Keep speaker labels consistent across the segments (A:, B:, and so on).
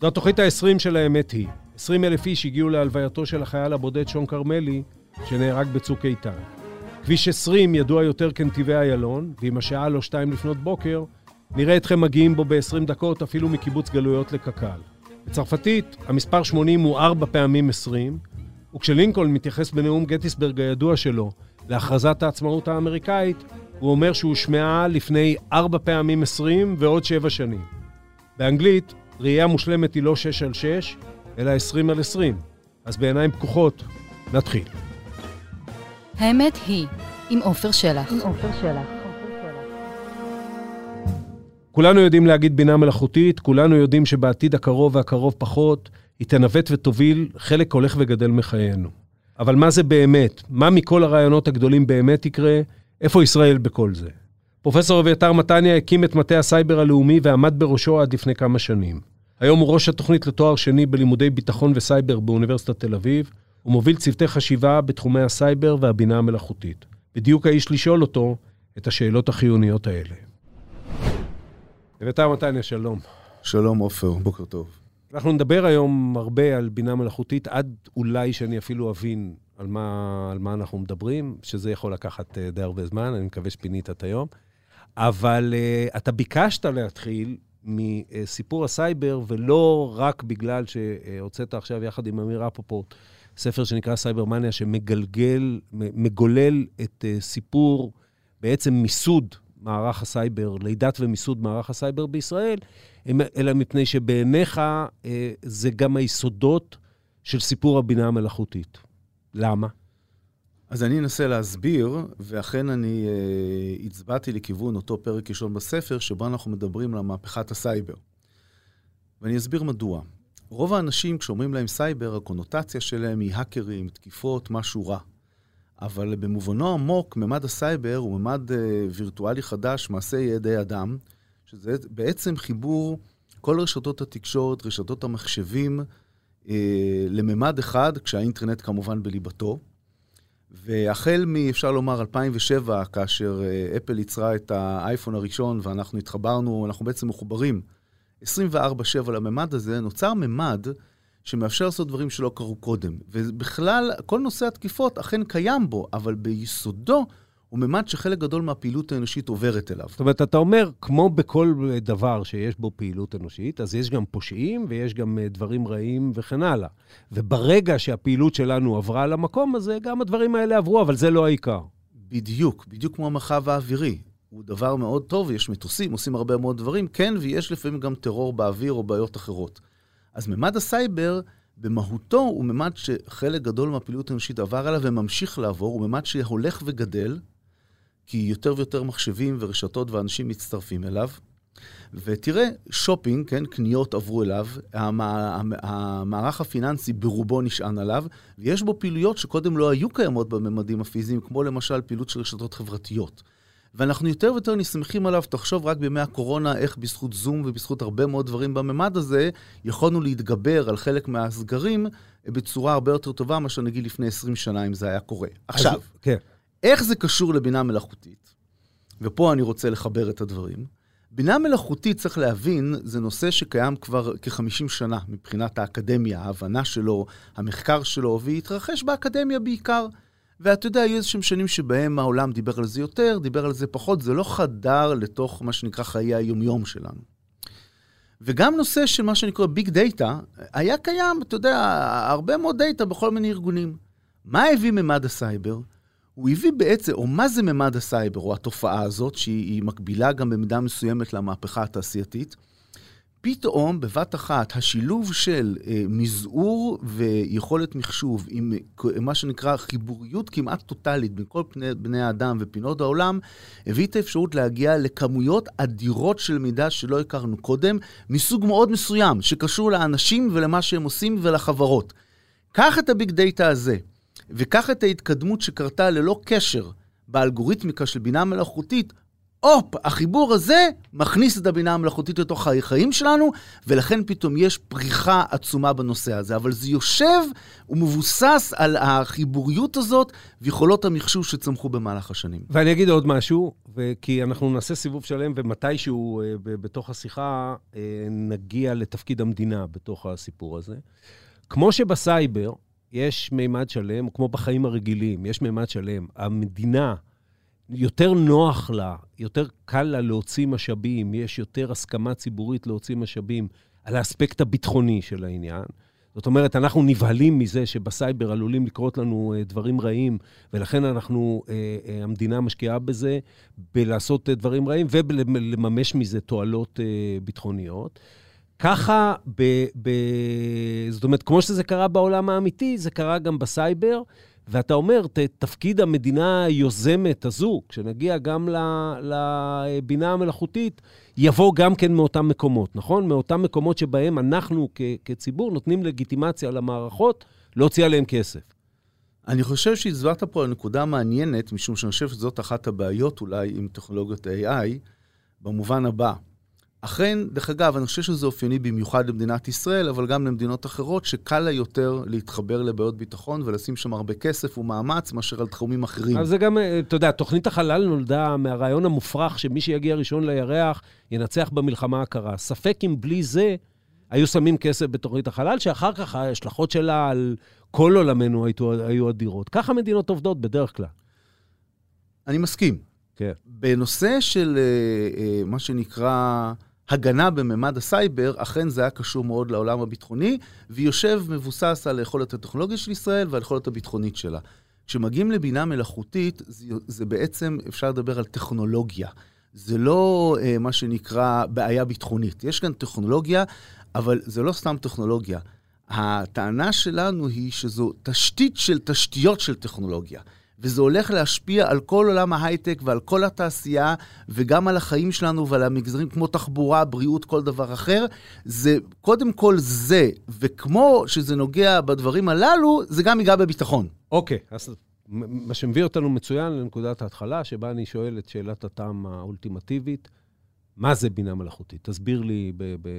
A: זו התוכנית ה-20 של האמת היא. 20,000 איש הגיעו להלווייתו של החייל הבודד שון קרמלי, שנהרג בצוק איתן. כביש 20 ידוע יותר כנתיבי איילון, ועם השעה לא 2 לפנות בוקר, נראה אתכם מגיעים בו ב-20 דקות, אפילו מקיבוץ גלויות לקק"ל. בצרפתית, המספר 80 הוא 4 פעמים 20, וכשלינקולן מתייחס בנאום גטיסברג הידוע שלו להכרזת העצמאות האמריקאית, הוא אומר שהוא שמעה לפני 4 פעמים 20 ועוד 7 שנים. באנגלית, ראייה מושלמת היא לא 6 על 6, אלא 20 על 20. אז בעיניים פקוחות, נתחיל.
B: האמת היא, עם עופר שלח.
A: כולנו יודעים להגיד בינה מלאכותית, כולנו יודעים שבעתיד הקרוב והקרוב פחות, היא תנווט ותוביל חלק הולך וגדל מחיינו. אבל מה זה באמת? מה מכל הרעיונות הגדולים באמת יקרה? איפה ישראל בכל זה? פרופסור אביתר מתניה הקים את מטה הסייבר הלאומי ועמד בראשו עד לפני כמה שנים. היום הוא ראש התוכנית לתואר שני בלימודי ביטחון וסייבר באוניברסיטת תל אביב, ומוביל צוותי חשיבה בתחומי הסייבר והבינה המלאכותית. בדיוק האיש לשאול אותו את השאלות החיוניות האלה. אביתר מתניה, שלום.
C: שלום עופר, בוקר טוב.
A: אנחנו נדבר היום הרבה על בינה מלאכותית, עד אולי שאני אפילו אבין על מה אנחנו מדברים, שזה יכול לקחת די הרבה זמן, אני מקווה שפינית את היום. אבל אתה ביקשת להתחיל מסיפור הסייבר, ולא רק בגלל שהוצאת עכשיו יחד עם אמיר אפופורט, ספר שנקרא סייברמניה, שמגולל את סיפור בעצם מיסוד מערך הסייבר, לידת ומיסוד מערך הסייבר בישראל, אלא מפני שבעיניך זה גם היסודות של סיפור הבינה המלאכותית. למה?
C: אז אני אנסה להסביר, ואכן אני הצבעתי לכיוון אותו פרק ראשון בספר, שבו אנחנו מדברים על מהפכת הסייבר. ואני אסביר מדוע. רוב האנשים, כשאומרים להם סייבר, הקונוטציה שלהם היא האקרים, תקיפות, משהו רע. אבל במובנו עמוק, ממד הסייבר הוא ממד וירטואלי חדש, מעשה ידי אדם, שזה בעצם חיבור כל רשתות התקשורת, רשתות המחשבים, לממד אחד, כשהאינטרנט כמובן בליבתו. והחל אפשר לומר 2007, כאשר אפל יצרה את האייפון הראשון ואנחנו התחברנו, אנחנו בעצם מחוברים 24/7 לממד הזה, נוצר ממד שמאפשר לעשות דברים שלא קרו קודם. ובכלל, כל נושא התקיפות אכן קיים בו, אבל ביסודו הוא ממד שחלק גדול מהפעילות האנושית עוברת אליו.
A: זאת אומרת, אתה אומר, כמו בכל דבר שיש בו פעילות אנושית, אז יש גם פושעים ויש גם דברים רעים וכן הלאה. וברגע שהפעילות שלנו עברה למקום הזה, גם הדברים האלה עברו, אבל זה לא העיקר.
C: בדיוק כמו המרחב האווירי. הוא דבר מאוד טוב, יש מטוסים, עושים הרבה מאוד דברים, כן, ויש לפעמים גם טרור באוויר או בעיות אחרות. אז ממד הסייבר, במהותו, הוא ממד שחלק גדול מהפעילות האנושית עבר עליו וממשיך לעבור, הוא ממד שהולך וגדל, כי יותר ויותר מחשבים ורשתות ואנשים מצטרפים אליו. ותראה, שופינג, כן, קניות עברו אליו, המערך הפיננסי ברובו נשען עליו, ויש בו פעילויות שקודם לא היו קיימות בממדים הפיזיים, כמו למשל פעילות של רשתות חברתיות. ואנחנו יותר ויותר נסמכים עליו, תחשוב רק בימי הקורונה, איך בזכות זום ובזכות הרבה מאוד דברים בממד הזה, יכולנו להתגבר על חלק מהסגרים בצורה הרבה יותר טובה, מה שנגיד לפני 20 שנה, אם זה היה קורה. עכשיו,
A: כן.
C: איך זה קשור לבינה מלאכותית? ופה אני רוצה לחבר את הדברים. בינה מלאכותית, צריך להבין, זה נושא שקיים כבר כ-50 שנה, מבחינת האקדמיה, ההבנה שלו, המחקר שלו, והתרחש באקדמיה בעיקר. ואתה יודע, היו איזשהם שנים שבהם העולם דיבר על זה יותר, דיבר על זה פחות, זה לא חדר לתוך מה שנקרא חיי היומיום שלנו. וגם נושא של מה שנקרא ביג דאטה, היה קיים, אתה יודע, הרבה מאוד דאטה בכל מיני ארגונים. מה הביא ממד הסייבר? הוא הביא בעצם, או מה זה ממד הסייבר, או התופעה הזאת, שהיא מקבילה גם במידה מסוימת למהפכה התעשייתית, פתאום בבת אחת השילוב של מזעור ויכולת מחשוב עם מה שנקרא חיבוריות כמעט טוטלית בין כל בני האדם ופינות העולם, הביא את האפשרות להגיע לכמויות אדירות של מידע שלא הכרנו קודם, מסוג מאוד מסוים שקשור לאנשים ולמה שהם עושים ולחברות. קח את הביג דאטה הזה, וקח את ההתקדמות שקרתה ללא קשר באלגוריתמיקה של בינה מלאכותית, החיבור הזה מכניס את הבינה המלאכותית לתוך החיים שלנו, ולכן פתאום יש פריחה עצומה בנושא הזה. אבל זה יושב ומבוסס על החיבוריות הזאת, ויכולות המחשוב שצמחו במהלך השנים.
A: ואני אגיד עוד משהו, כי אנחנו נעשה סיבוב שלם, ומתישהו בתוך השיחה נגיע לתפקיד המדינה בתוך הסיפור הזה. כמו שבסייבר יש מימד שלם, כמו בחיים הרגילים, יש מימד שלם, המדינה יותר נוח לה, יותר קל לה להוציא משאבים, יש יותר הסכמה ציבורית להוציא משאבים על האספקט הביטחוני של העניין. זאת אומרת, אנחנו נבהלים מזה שבסייבר עלולים לקרות לנו דברים רעים, ולכן המדינה משקיעה בזה, בלעשות דברים רעים, ולממש מזה תועלות ביטחוניות. ככה, זאת אומרת, כמו שזה קרה בעולם האמיתי, זה קרה גם בסייבר, ואתה אומר, תפקיד המדינה היוזמת הזו, כשנגיע גם לבינה המלאכותית, יבוא גם כן מאותם מקומות, נכון? מאותם מקומות שבהם אנחנו כציבור נותנים לגיטימציה למערכות, להוציא עליהם כסף.
C: אני חושב שהצבעת פה על נקודה מעניינת, משום שאני חושב שזאת אחת הבעיות אולי עם טכנולוגיות AI, במובן הבא. אכן, דרך אגב, אני חושב שזה אופייני במיוחד למדינת ישראל, אבל גם למדינות אחרות, שקל לה יותר להתחבר לבעיות ביטחון, ולשים שם הרבה כסף ומאמץ, מאשר על תחומים אחרים.
A: אז זה גם, אתה יודע, תוכנית החלל נולדה מהרעיון המופרך, שמי שיגיע ראשון לירח, ינצח במלחמה הקרה. ספק אם בלי זה, היו שמים כסף בתוכנית החלל, שאחר כך ההשלכות שלה על כל עולמנו היו אדירות. ככה מדינות עובדות בדרך כלל.
C: אני מסכים.
A: כן.
C: בנושא של מה שנקרא הגנה בממד הסייבר, אכן זה היה קשור מאוד לעולם הביטחוני, ויושב מבוסס על היכולת הטכנולוגית של ישראל ועל היכולת הביטחונית שלה. כשמגיעים לבינה מלאכותית, זה בעצם אפשר לדבר על טכנולוגיה. זה לא מה שנקרא בעיה ביטחונית. יש כאן טכנולוגיה, אבל זה לא סתם טכנולוגיה. הטענה שלנו היא שזו תשתית של תשתיות של טכנולוגיה. וזה הולך להשפיע על כל עולם ההייטק ועל כל התעשייה, וגם על החיים שלנו ועל המגזרים כמו תחבורה, בריאות, כל דבר אחר. זה קודם כל זה, וכמו שזה נוגע בדברים הללו, זה גם ייגע בביטחון.
A: אוקיי, אז מה שמביא אותנו מצוין לנקודת ההתחלה, שבה אני שואל את שאלת הטעם האולטימטיבית, מה זה בינה מלאכותית? תסביר לי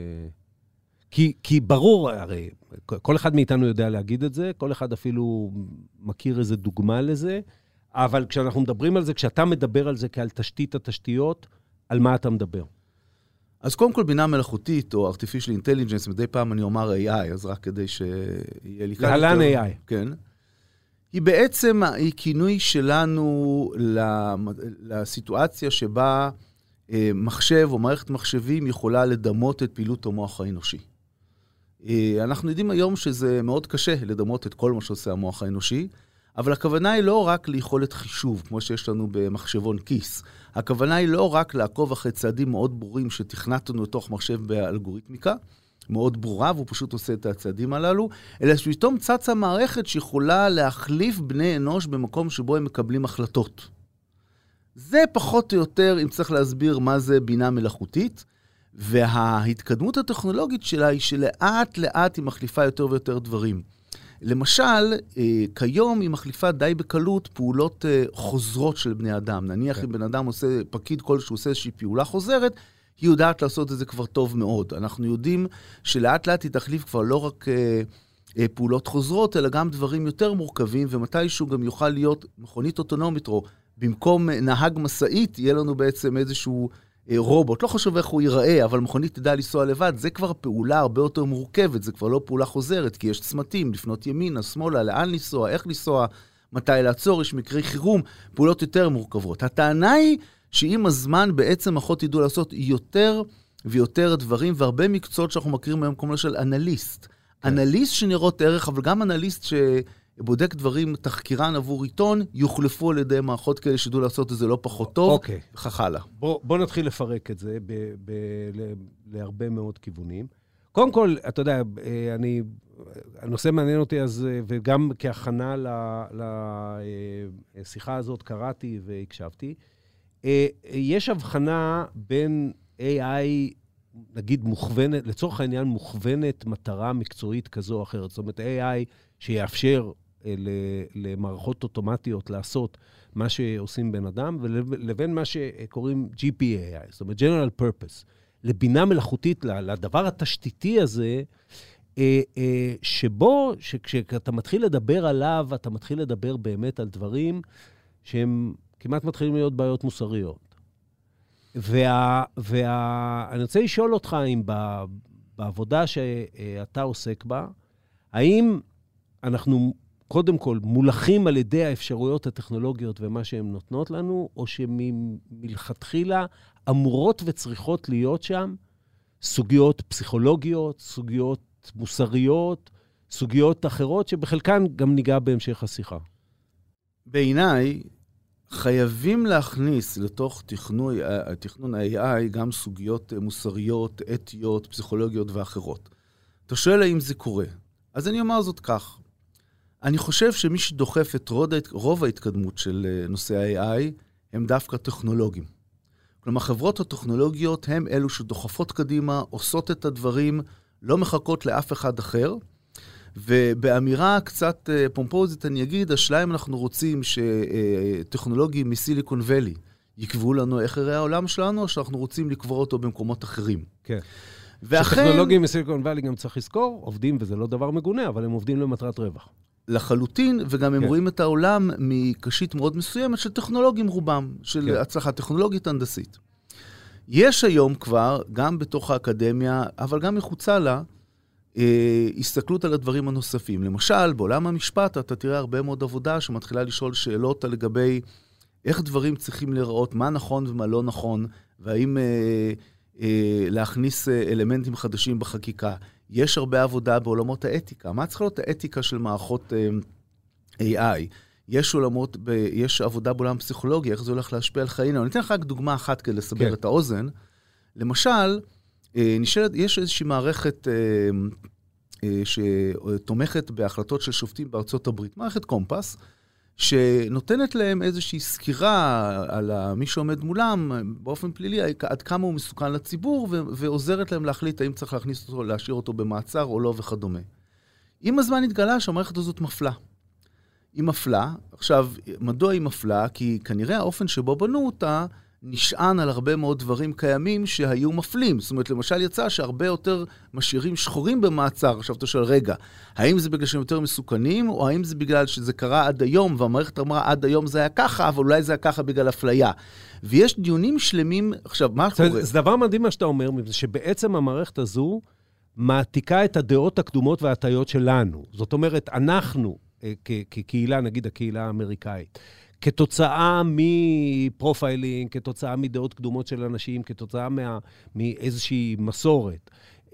A: כי ברור, הרי כל אחד מאיתנו יודע להגיד את זה, כל אחד אפילו מכיר איזה דוגמה לזה, אבל כשאנחנו מדברים על זה, כשאתה מדבר על זה כעל תשתית התשתיות, על מה אתה מדבר?
C: אז קודם כל בינה מלאכותית, או artificial intelligence, מדי פעם אני אומר AI, אז רק כדי שיהיה לי כאן
A: להלן AI.
C: כן. היא בעצם, היא כינוי שלנו לסיטואציה שבה מחשב או מערכת מחשבים יכולה לדמות את פעילות המוח האנושי. אנחנו יודעים היום שזה מאוד קשה לדמות את כל מה שעושה המוח האנושי, אבל הכוונה היא לא רק ליכולת חישוב, כמו שיש לנו במחשבון כיס. הכוונה היא לא רק לעקוב אחרי צעדים מאוד ברורים שתכנתנו לתוך מחשב באלגוריתמיקה, מאוד ברורה, והוא פשוט עושה את הצעדים הללו, אלא שפתאום צצה מערכת שיכולה להחליף בני אנוש במקום שבו הם מקבלים החלטות. זה פחות או יותר, אם צריך להסביר מה זה בינה מלאכותית, וההתקדמות הטכנולוגית שלה היא שלאט לאט היא מחליפה יותר ויותר דברים. למשל, כיום היא מחליפה די בקלות פעולות חוזרות של בני אדם. נניח אם בן אדם עושה, פקיד כלשהו עושה איזושהי פעולה חוזרת, היא יודעת לעשות את זה כבר טוב מאוד. אנחנו יודעים שלאט לאט היא תחליף כבר לא רק פעולות חוזרות, אלא גם דברים יותר מורכבים, ומתישהו גם יוכל להיות מכונית אוטונומית, או במקום נהג מסעית, יהיה לנו בעצם איזשהו רובוט. לא חשוב איך הוא ייראה, אבל מכונית תדע לנסוע לבד. זה כבר פעולה הרבה יותר מורכבת, זה כבר לא פעולה חוזרת, כי יש צמתים, לפנות ימינה, שמאלה, לאן לנסוע, איך לנסוע, מתי לעצור, יש מקרי חירום, פעולות יותר מורכבות. הטענה היא שעם הזמן בעצם אחות ידעו לעשות יותר ויותר דברים, והרבה מקצועות שאנחנו מכירים היום, כמו למשל אנליסט. אנליסט שנראות ערך, אבל גם אנליסט שבודק דברים, תחקירן עבור עיתון, יוחלפו על ידי מערכות כאלה שידעו לעשות את זה לא פחות טוב, וכך הלאה.
A: בוא נתחיל לפרק את זה להרבה מאוד כיוונים. קודם כל, אתה יודע, הנושא מעניין אותי אז, וגם כהכנה לשיחה הזאת קראתי והקשבתי, יש הבחנה בין AI, נגיד מוכוונת, לצורך העניין מוכוונת מטרה מקצועית כזו או אחרת. זאת אומרת, AI שיאפשר למערכות אוטומטיות לעשות מה שעושים בן אדם, ולבין מה שקוראים GPAI, זאת אומרת, General Purpose, לבינה מלאכותית, לדבר התשתיתי הזה, שבו, שכשאתה מתחיל לדבר עליו, אתה מתחיל לדבר באמת על דברים שהם כמעט מתחילים להיות בעיות מוסריות. אני רוצה לשאול אותך אם בעבודה שאתה עוסק בה, האם אנחנו קודם כל מולכים על ידי האפשרויות הטכנולוגיות ומה שהן נותנות לנו, או שמלכתחילה אמורות וצריכות להיות שם סוגיות פסיכולוגיות, סוגיות מוסריות, סוגיות אחרות שבחלקן גם ניגע בהמשך השיחה.
C: בעיניי, חייבים להכניס לתוך תכנון ה-AI גם סוגיות מוסריות, אתיות, פסיכולוגיות ואחרות. אתה שואל האם זה קורה. אז אני אומר זאת כך. אני חושב שמי שדוחף את רוב ההתקדמות של נושא ה-AI הם דווקא טכנולוגים. כלומר, חברות הטכנולוגיות הם אלו שדוחפות קדימה, עושות את הדברים, לא מחכות לאף אחד אחר, ובאמירה קצת פומפוזית אני אגיד, השאלה אם אנחנו רוצים שטכנולוגים מסיליקון ואלי יקבעו לנו איך יראה העולם שלנו, או שאנחנו רוצים לקבוע אותו במקומות אחרים.
A: כן. שטכנולוגים מסיליקון ואלי גם צריך לזכור, עובדים, וזה לא דבר מגונה, אבל הם עובדים למטרת רווח.
C: לחלוטין, וגם הם רואים את העולם מקשית מאוד מסוימת של טכנולוגים רובם, של הצלחה טכנולוגית הנדסית. יש היום כבר, גם בתוך האקדמיה, אבל גם מחוצה לה, הסתכלות על הדברים הנוספים. למשל, בעולם המשפט אתה תראה הרבה מאוד עבודה שמתחילה לשאול שאלות לגבי איך דברים צריכים להיראות, מה נכון ומה לא נכון, והאם להכניס אלמנטים חדשים בחקיקה. יש הרבה עבודה בעולמות האתיקה. מה צריכה להיות האתיקה של מערכות AI? יש עבודה בעולם פסיכולוגי, איך זה הולך להשפיע על חיינו. אני אתן לך רק דוגמה אחת כדי לסבר את האוזן. למשל, יש איזושהי מערכת שתומכת בהחלטות של שופטים בארצות הברית, מערכת קומפס, שנותנת להם איזושהי סקירה על מי שעומד מולם באופן פלילי, עד כמה הוא מסוכן לציבור, ועוזרת להם להחליט האם צריך להכניס אותו, להשאיר אותו במעצר או לא וכדומה. עם הזמן התגלה שהמערכת הזאת מפלה. היא מפלה. עכשיו, מדוע היא מפלה? כי כנראה האופן שבו בנו אותה נשען על הרבה מאוד דברים קיימים שהיו מפלים. זאת אומרת, למשל יצא שהרבה יותר משאירים שחורים במעצר. עכשיו אתה שואל, רגע, האם זה בגלל שהם יותר מסוכנים, או האם זה בגלל שזה קרה עד היום, והמערכת אמרה עד היום זה היה ככה, אבל אולי זה היה ככה בגלל אפליה. ויש דיונים שלמים, עכשיו, מה קורה? זה
A: דבר מדהים מה שאתה אומר, שבעצם המערכת הזו מעתיקה את הדעות הקדומות וההטיות שלנו. זאת אומרת, אנחנו, כקהילה, נגיד הקהילה האמריקאית, כתוצאה מפרופיילינג, כתוצאה מדעות קדומות של אנשים, כתוצאה מאיזושהי מסורת.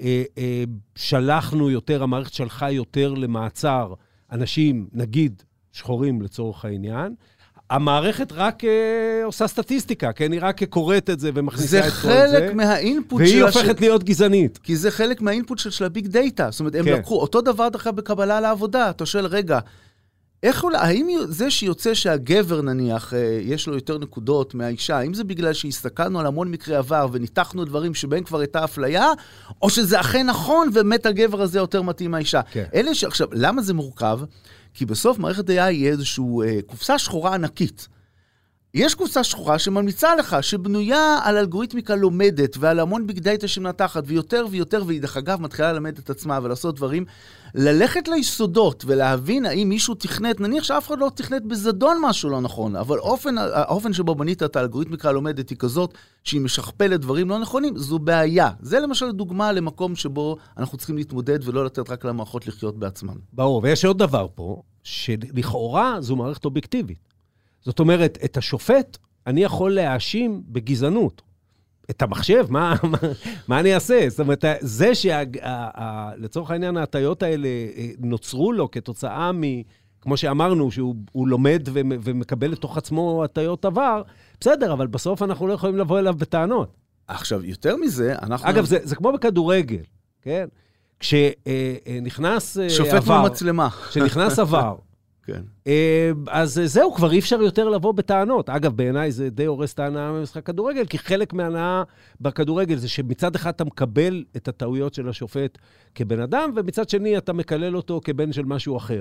A: שלחנו יותר, המערכת שלחה יותר למעצר אנשים, נגיד, שחורים לצורך העניין. המערכת רק עושה סטטיסטיקה, כן? היא רק קוראת את זה ומכניסה את כל זה.
C: זה חלק מהאינפוט
A: והיא הופכת להיות גזענית.
C: כי זה חלק מהאינפוט של הביג דאטה. זאת אומרת, הם לקחו אותו דבר דרך בקבלה לעבודה. אתה שואל, רגע, האם זה שיוצא שהגבר נניח, יש לו יותר נקודות מהאישה, האם זה בגלל שהסתכלנו על המון מקרי עבר וניתחנו דברים שבהם כבר הייתה אפליה, או שזה אכן נכון ובאמת הגבר הזה יותר מתאים מהאישה? עכשיו, למה זה מורכב? כי בסוף מערכת AI היא איזושהי קופסה שחורה ענקית. יש קופסה שחורה שממליצה לך, שבנויה על אלגוריתמיקה לומדת, ועל המון ביג דאטה שמנתחת, ויותר ויותר, והיא דרך אגב מתחילה ללמד את עצמה ולעשות דברים, ללכת ליסודות ולהבין האם מישהו תכנת, נניח שאף אחד לא תכנת בזדון משהו לא נכון, אבל האופן שבו בנית את האלגוריתמיקה הלומדת היא כזאת, שהיא משכפלת דברים לא נכונים, זו בעיה. זה למשל דוגמה למקום שבו אנחנו צריכים להתמודד, ולא לתת רק למערכות לחיות בעצמן.
A: ברור, ויש עוד דבר פה, שלכאורה זו מערכת אובייקטיבית. זאת אומרת, את השופט אני יכול להאשים בגזענות. את המחשב, מה אני אעשה? זאת אומרת, זה שלצורך העניין ההטיות האלה נוצרו לו כתוצאה כמו שאמרנו, שהוא לומד ומקבל לתוך עצמו הטיות עבר, בסדר, אבל בסוף אנחנו לא יכולים לבוא אליו בטענות.
C: עכשיו, יותר מזה, אנחנו...
A: אגב, זה כמו בכדורגל, כן? כשנכנס עבר...
C: שופט במצלמה.
A: כשנכנס עבר,
C: כן.
A: אז זהו, כבר אי אפשר יותר לבוא בטענות. אגב, בעיניי זה די הורס את ההנאה במשחק כדורגל, כי חלק מההנאה בכדורגל זה שמצד אחד אתה מקבל את הטעויות של השופט כבן אדם, ומצד שני אתה מקלל אותו כבן של משהו אחר.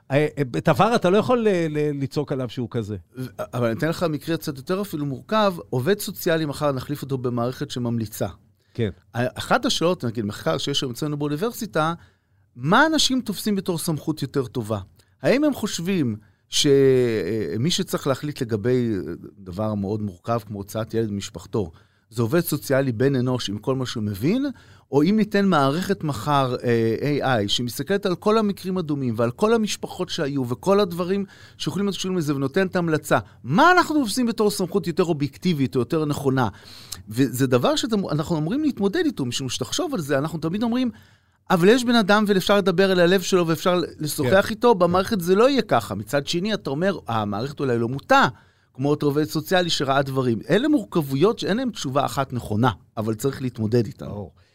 A: את עבר אתה לא יכול לצעוק עליו שהוא כזה.
C: אבל אני אתן לך מקרה קצת יותר אפילו מורכב, עובד סוציאלי מחר נחליף אותו במערכת שממליצה.
A: כן.
C: אחת השאלות, נגיד, מחקר שיש אצלנו באוניברסיטה, מה אנשים תופסים בתור סמכות יותר טובה? האם הם חושבים שמי שצריך להחליט לגבי דבר מאוד מורכב כמו הוצאת ילד ממשפחתו, זה עובד סוציאלי בן אנוש עם כל מה שהוא מבין, או אם ניתן מערכת מחר AI שמסתכלת על כל המקרים הדומים ועל כל המשפחות שהיו וכל הדברים שיכולים להתקשרים לזה ונותנת המלצה, מה אנחנו תופסים בתור סמכות יותר אובייקטיבית או יותר נכונה? וזה דבר שאנחנו אומרים להתמודד איתו, משום שתחשוב על זה, אנחנו תמיד אומרים, אבל יש בן אדם ואפשר לדבר אל הלב שלו ואפשר לשוחח איתו, במערכת זה לא יהיה ככה. מצד שני, אתה אומר, המערכת אולי לא מוטה, כמו אותו עובד סוציאלי שראה דברים. אלה מורכבויות שאין להם תשובה אחת נכונה, אבל צריך להתמודד איתן.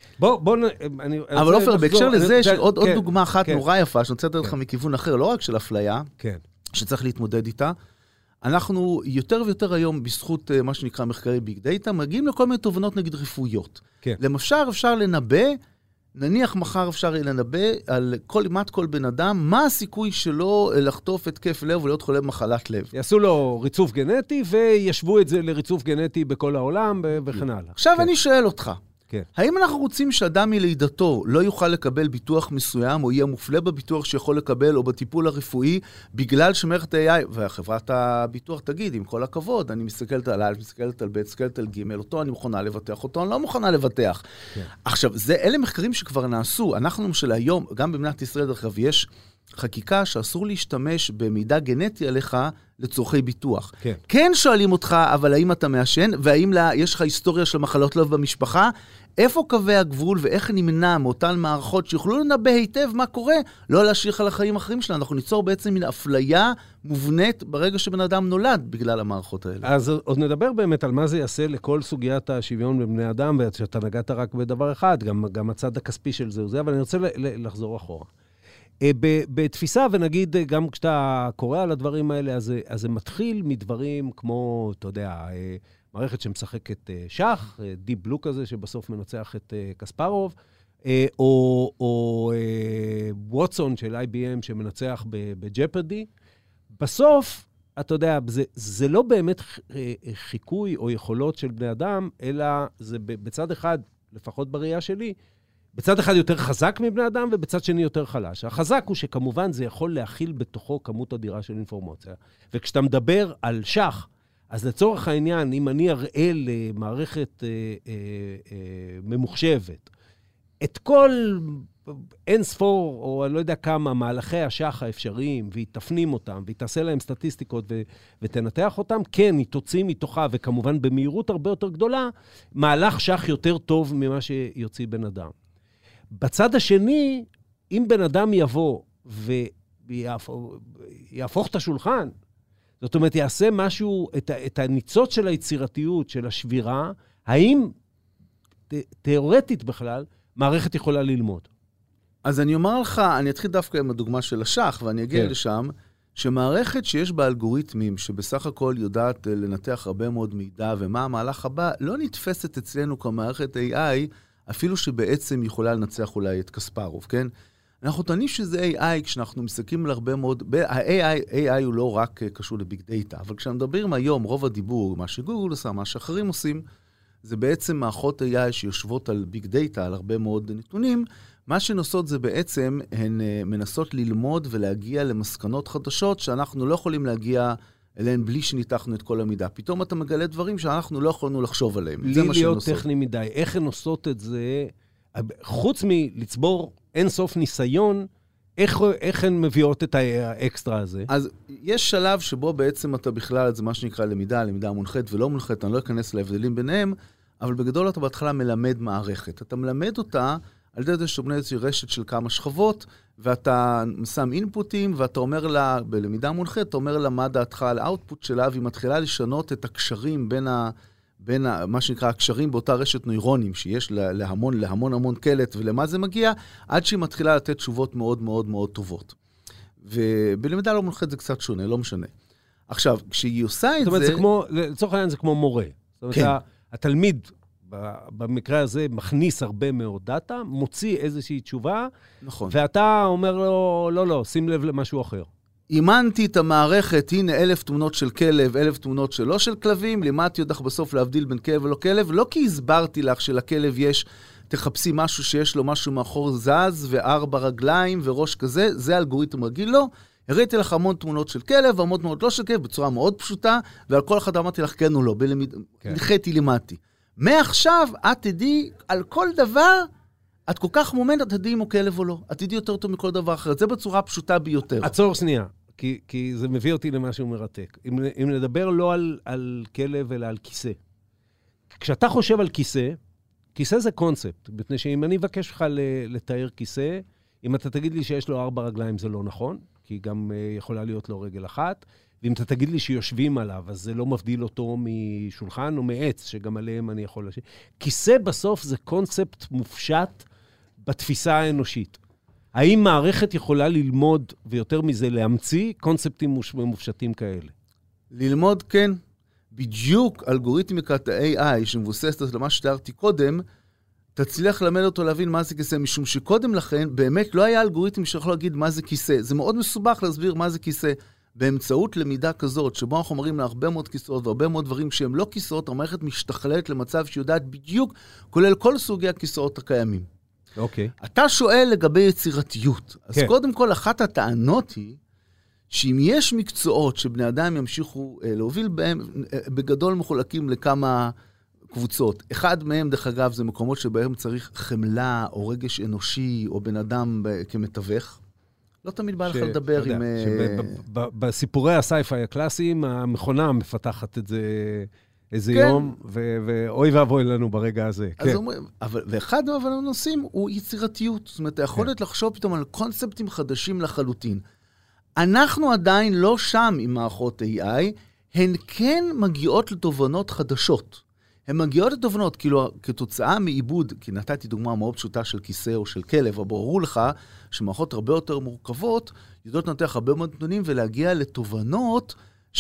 C: אבל אופר, בהקשר לזה, יש עוד דוגמה אחת נורא יפה, שאני רוצה לתת לך מכיוון אחר, לא רק של אפליה, שצריך להתמודד איתה. אנחנו יותר ויותר היום, בזכות מה שנקרא מחקרי ביג דאטה, מגיעים לכל מיני תובנות נגד רפואיות. למשל, אפשר לנבא, נניח מחר אפשר לנבא על כמעט כל בן אדם, מה הסיכוי שלו לחטוף התקף לב ולהיות חולה במחלת לב.
A: יעשו לו ריצוף גנטי וישבו את זה לריצוף גנטי בכל העולם וכן הלאה.
C: עכשיו אני שואל אותך, האם אנחנו רוצים שאדם מלידתו לא יוכל לקבל ביטוח מסוים, או יהיה מופלה בביטוח שיכול לקבל, או בטיפול הרפואי, בגלל שמערכת ה-AI, וחברת הביטוח תגיד, עם כל הכבוד, אני מסתכלת על א', מסתכלת על ב', מסתכלת על ג', אותו אני מוכנה לבטח, אותו אני לא מוכנה לבטח. עכשיו, אלה מחקרים שכבר נעשו. אנחנו למשל היום, גם במדינת ישראל דרך אגב, יש חקיקה שאסור להשתמש במידע גנטי עליך לצורכי ביטוח. כן שואלים אותך, אבל האם אתה מעשן, והאם יש לך היסטוריה של מחלות לב במשפחה, איפה קווי הגבול ואיך נמנע מאותן מערכות שיוכלו לנבא היטב מה קורה, לא להשאיר על החיים האחרים שלנו. אנחנו ניצור בעצם מן אפליה מובנית ברגע שבן אדם נולד בגלל המערכות האלה.
A: אז עוד נדבר באמת על מה זה יעשה לכל סוגיית השוויון בבני אדם, ואתה נגעת רק בדבר אחד, גם הצד הכספי של זה, אבל אני רוצה לחזור אחורה. בתפיסה, ונגיד גם כשאתה קורא על הדברים האלה, אז זה מתחיל מדברים כמו, אתה יודע, מערכת שמשחקת שח, דיפ בלו כזה, שבסוף מנצח את קספרוב, או ווטסון של IBM שמנצח בג'פרדי. בסוף, אתה יודע, זה לא באמת חיקוי או יכולות של בני אדם, אלא זה בצד אחד, לפחות בראייה שלי, בצד אחד יותר חזק מבני אדם, ובצד שני יותר חלש. החזק הוא שכמובן זה יכול להכיל בתוכו כמות אדירה של אינפורמציה. וכשאתה מדבר על שח, אז לצורך העניין, אם אני אראה למערכת ממוחשבת, את כל אין ספור, או אני לא יודע כמה, מהלכי השח האפשריים, והיא תפנים אותם, והיא תעשה להם סטטיסטיקות ותנתח אותם, כן, היא תוציא מתוכה, וכמובן במהירות הרבה יותר גדולה, מהלך שח יותר טוב ממה שיוציא בן אדם. בצד השני, אם בן אדם יבוא ויהפוך את השולחן, זאת אומרת, יעשה משהו, את הניצוץ של היצירתיות, של השבירה, האם תיאורטית בכלל, מערכת יכולה ללמוד?
C: אז אני אומר לך, אני אתחיל דווקא עם הדוגמה של השח, ואני אגיע לשם, שמערכת שיש בה אלגוריתמים, שבסך הכל יודעת לנתח הרבה מאוד מידע, ומה המהלך הבא, לא נתפסת אצלנו כמערכת AI, אפילו שבעצם יכולה לנצח אולי את קספרוב, כן? אנחנו טוענים שזה AI, כשאנחנו מסתכלים על הרבה מאוד, AI הוא לא רק קשור לביג דאטה, אבל כשמדברים היום, רוב הדיבור, מה שגוגל עושה, מה שאחרים עושים, זה בעצם מערכות AI שיושבות על ביג דאטה, על הרבה מאוד נתונים. מה שנוסעות זה בעצם, הן מנסות ללמוד ולהגיע למסקנות חדשות, שאנחנו לא יכולים להגיע אליהן בלי שניתחנו את כל המידע. פתאום אתה מגלה דברים שאנחנו לא יכולנו לחשוב עליהם.
A: בלי להיות טכני מדי. איך הן עושות את זה, חוץ מלצבור אינסוף ניסיון, איך הן מביאות את האקסטרה הזה?
C: אז יש שלב שבו בעצם אתה בכלל, זה מה שנקרא למידה מונחית ולא מונחית, אני לא אכנס להבדלים ביניהם, אבל בגדול אתה בהתחלה מלמד מערכת. אתה מלמד אותה על ידי זה שבונה איזושהי רשת של כמה שכבות, ואתה שם אינפוטים, ואתה אומר לה, בלמידה מונחית, אתה אומר לה מה דעתך על האוטפוט שלה, והיא מתחילה לשנות את הקשרים בין מה שנקרא הקשרים באותה רשת נוירונים, שיש להמון קלט, ולמה זה מגיע, עד שהיא מתחילה לתת תשובות מאוד מאוד מאוד טובות. ובלמידה לא מונחית זה קצת שונה, לא משנה. עכשיו, כשהיא עושה את זה...
A: זאת אומרת, לצורך העניין זה כמו מורה. זאת אומרת, התלמיד, במקרה הזה, מכניס הרבה מאוד דאטה, מוציא איזושהי תשובה,
C: נכון.
A: ואתה אומר לו, לא, שים לב למשהו אחר.
C: אימנתי את המערכת, הנה 1,000 תמונות של כלב, 1,000 תמונות שלא של כלבים, לימדתי אותך בסוף להבדיל בין כלב ולא כלב, לא כי הסברתי לך שלכלב יש, תחפשי משהו שיש לו משהו מאחור זז, ו4 רגליים וראש כזה, זה אלגוריתם רגיל, לא. הראיתי לך המון תמונות של כלב, המון תמונות לא של כלב, בצורה מאוד פשוטה, ועל כל אחד אמרתי לך כן או לא, ניחאתי, לימדתי. מעכשיו, את תדעי על כל דבר, את כל כך מומנט, את תדעי אם הוא כלב או לא. את תדעי יותר טוב מכל דבר אחר. זה בצורה פשוטה ביותר.
A: עצור שנייה, כי זה מביא אותי למשהו מרתק. אם נדבר לא על כלב, אלא על כיסא. כשאתה חושב על כיסא, כיסא זה קונספט. מפני שאם אני אבקש לך לתאר כיסא, אם אתה תגיד לי שיש לו 4 רגליים, זה לא נכון, כי גם יכולה להיות לו רגל אחת. ואם אתה תגיד לי שיושבים עליו, אז זה לא מבדיל אותו משולחן או מעץ, שגם עליהם אני יכול לשבת. כיסא בסוף זה קונספט מופשט בתפיסה האנושית. האם מערכת יכולה ללמוד, ויותר מזה להמציא, קונספטים מופשטים כאלה?
C: ללמוד, כן. בדיוק אלגוריתמיקת ה-AI, שמבוססת למה שתיארתי קודם, תצליח ללמד אותו להבין מה זה כיסא, משום שקודם לכן, באמת לא היה אלגוריתם שיכול להגיד מה זה כיסא. זה מאוד מסובך להסביר מה זה כיסא. באמצעות למידה כזאת, שבו אנחנו מראים להרבה מאוד כיסאות, והרבה מאוד דברים שהם לא כיסאות, המערכת משתכללת למצב שיודעת בדיוק, כולל כל סוגי הכיסאות הקיימים.
A: אוקיי.
C: אתה שואל לגבי יצירתיות. אז קודם כל, אחת הטענות היא, שאם יש מקצועות שבני אדם ימשיכו להוביל בהם, בגדול מחולקים לכמה קבוצות. אחד מהם, דרך אגב, זה מקומות שבהם צריך חמלה, או רגש אנושי, או בן אדם כמתווך. לא תמיד בא לך לדבר עם...
A: בסיפורי הסייפיי הקלאסיים, המכונה מפתחת את זה איזה יום, ואוי ואבוי לנו ברגע הזה.
C: אז אומרים, ואחד הנושאים הוא יצירתיות. זאת אומרת, היכולת לחשוב פתאום על קונספטים חדשים לחלוטין. אנחנו עדיין לא שם עם מערכות AI, הן כן מגיעות לתובנות חדשות. הן מגיעות לתובנות, כאילו, כתוצאה מעיבוד, כי נתתי דוגמה מאוד פשוטה של כיסא או של כלב, אבל ברור לך שמערכות הרבה יותר מורכבות, יודעות לנתח הרבה מאוד נתונים ולהגיע לתובנות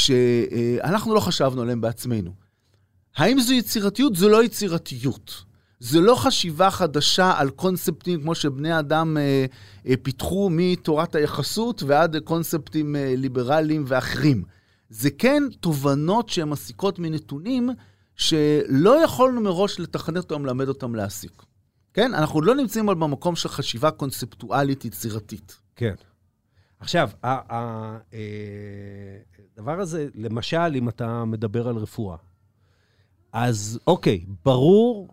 C: שאנחנו לא חשבנו עליהן בעצמנו. האם זו יצירתיות? זו לא יצירתיות. זו לא חשיבה חדשה על קונספטים כמו שבני אדם פיתחו מתורת היחסות ועד קונספטים ליברליים ואחרים. זה כן תובנות שהן מסיקות מנתונים שלא יכולנו מראש לתכנת אותם, ללמד אותם להסיק. כן? אנחנו לא נמצאים במקום של חשיבה קונספטואלית יצירתית.
A: כן. עכשיו, הדבר הזה, למשל, אם אתה מדבר על רפואה, אז אוקיי, ברור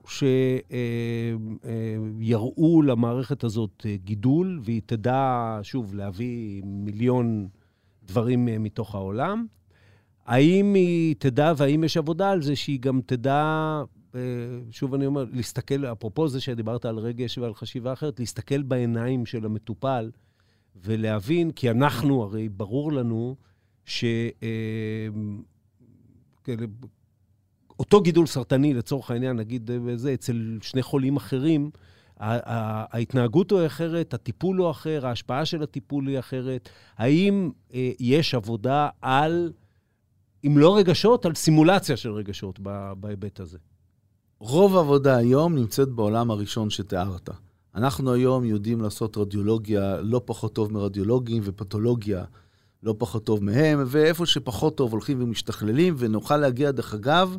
A: שיראו למערכת הזאת גידול, והיא תדע, שוב, להביא מיליון דברים מתוך העולם. האם היא תדע, והאם יש עבודה על זה, שהיא גם תדע, שוב אני אומר, להסתכל, אפרופו זה שדיברת על רגש ועל חשיבה אחרת, להסתכל בעיניים של המטופל, ולהבין, כי אנחנו, הרי ברור לנו, אותו גידול סרטני, לצורך העניין, נגיד זה, אצל שני חולים אחרים, ההתנהגות הוא אחרת, הטיפול הוא אחר, ההשפעה של הטיפול היא אחרת. האם יש עבודה על, אם לא רגשות, על סימולציה של רגשות בהיבט הזה?
C: רוב העבודה היום נמצאת בעולם הראשון שתיארת. אנחנו היום יודעים לעשות רדיולוגיה לא פחות טוב מרדיולוגים, ופתולוגיה לא פחות טוב מהם, ואיפה שפחות טוב הולכים ומשתכללים, ונוכל להגיע דרך אגב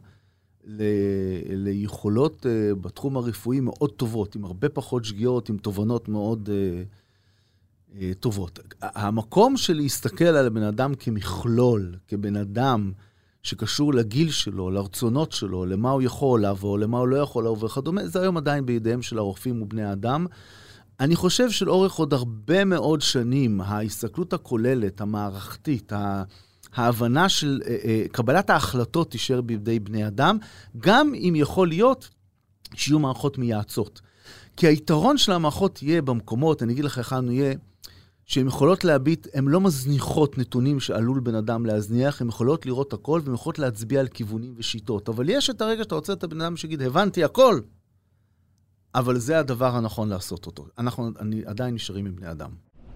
C: ליכולות בתחום הרפואי מאוד טובות, עם הרבה פחות שגיאות, עם תובנות מאוד טובות. המקום של להסתכל על הבן אדם כמכלול, כבן אדם שקשור לגיל שלו, לרצונות שלו, למה הוא יכול לעבור, למה הוא לא יכול לעבור וכדומה, זה היום עדיין בידיהם של הרופאים ובני האדם. אני חושב שלאורך עוד הרבה מאוד שנים, ההסתכלות הכוללת, המערכתית, ההבנה של קבלת ההחלטות תישאר בידי בני אדם, גם אם יכול להיות שיהיו מערכות מייעצות. כי היתרון של המערכות יהיה במקומות, אני אגיד לך איך אנו יהיה, שהן יכולות להביט, הן לא מזניחות נתונים שעלול בן אדם להזניח, הן יכולות לראות הכל, והן יכולות להצביע על כיוונים ושיטות. אבל יש את הרגע שאתה רוצה את הבן אדם שיגיד, הבנתי הכל, אבל זה הדבר הנכון לעשות אותו. אנחנו עדיין נשארים עם בני אדם.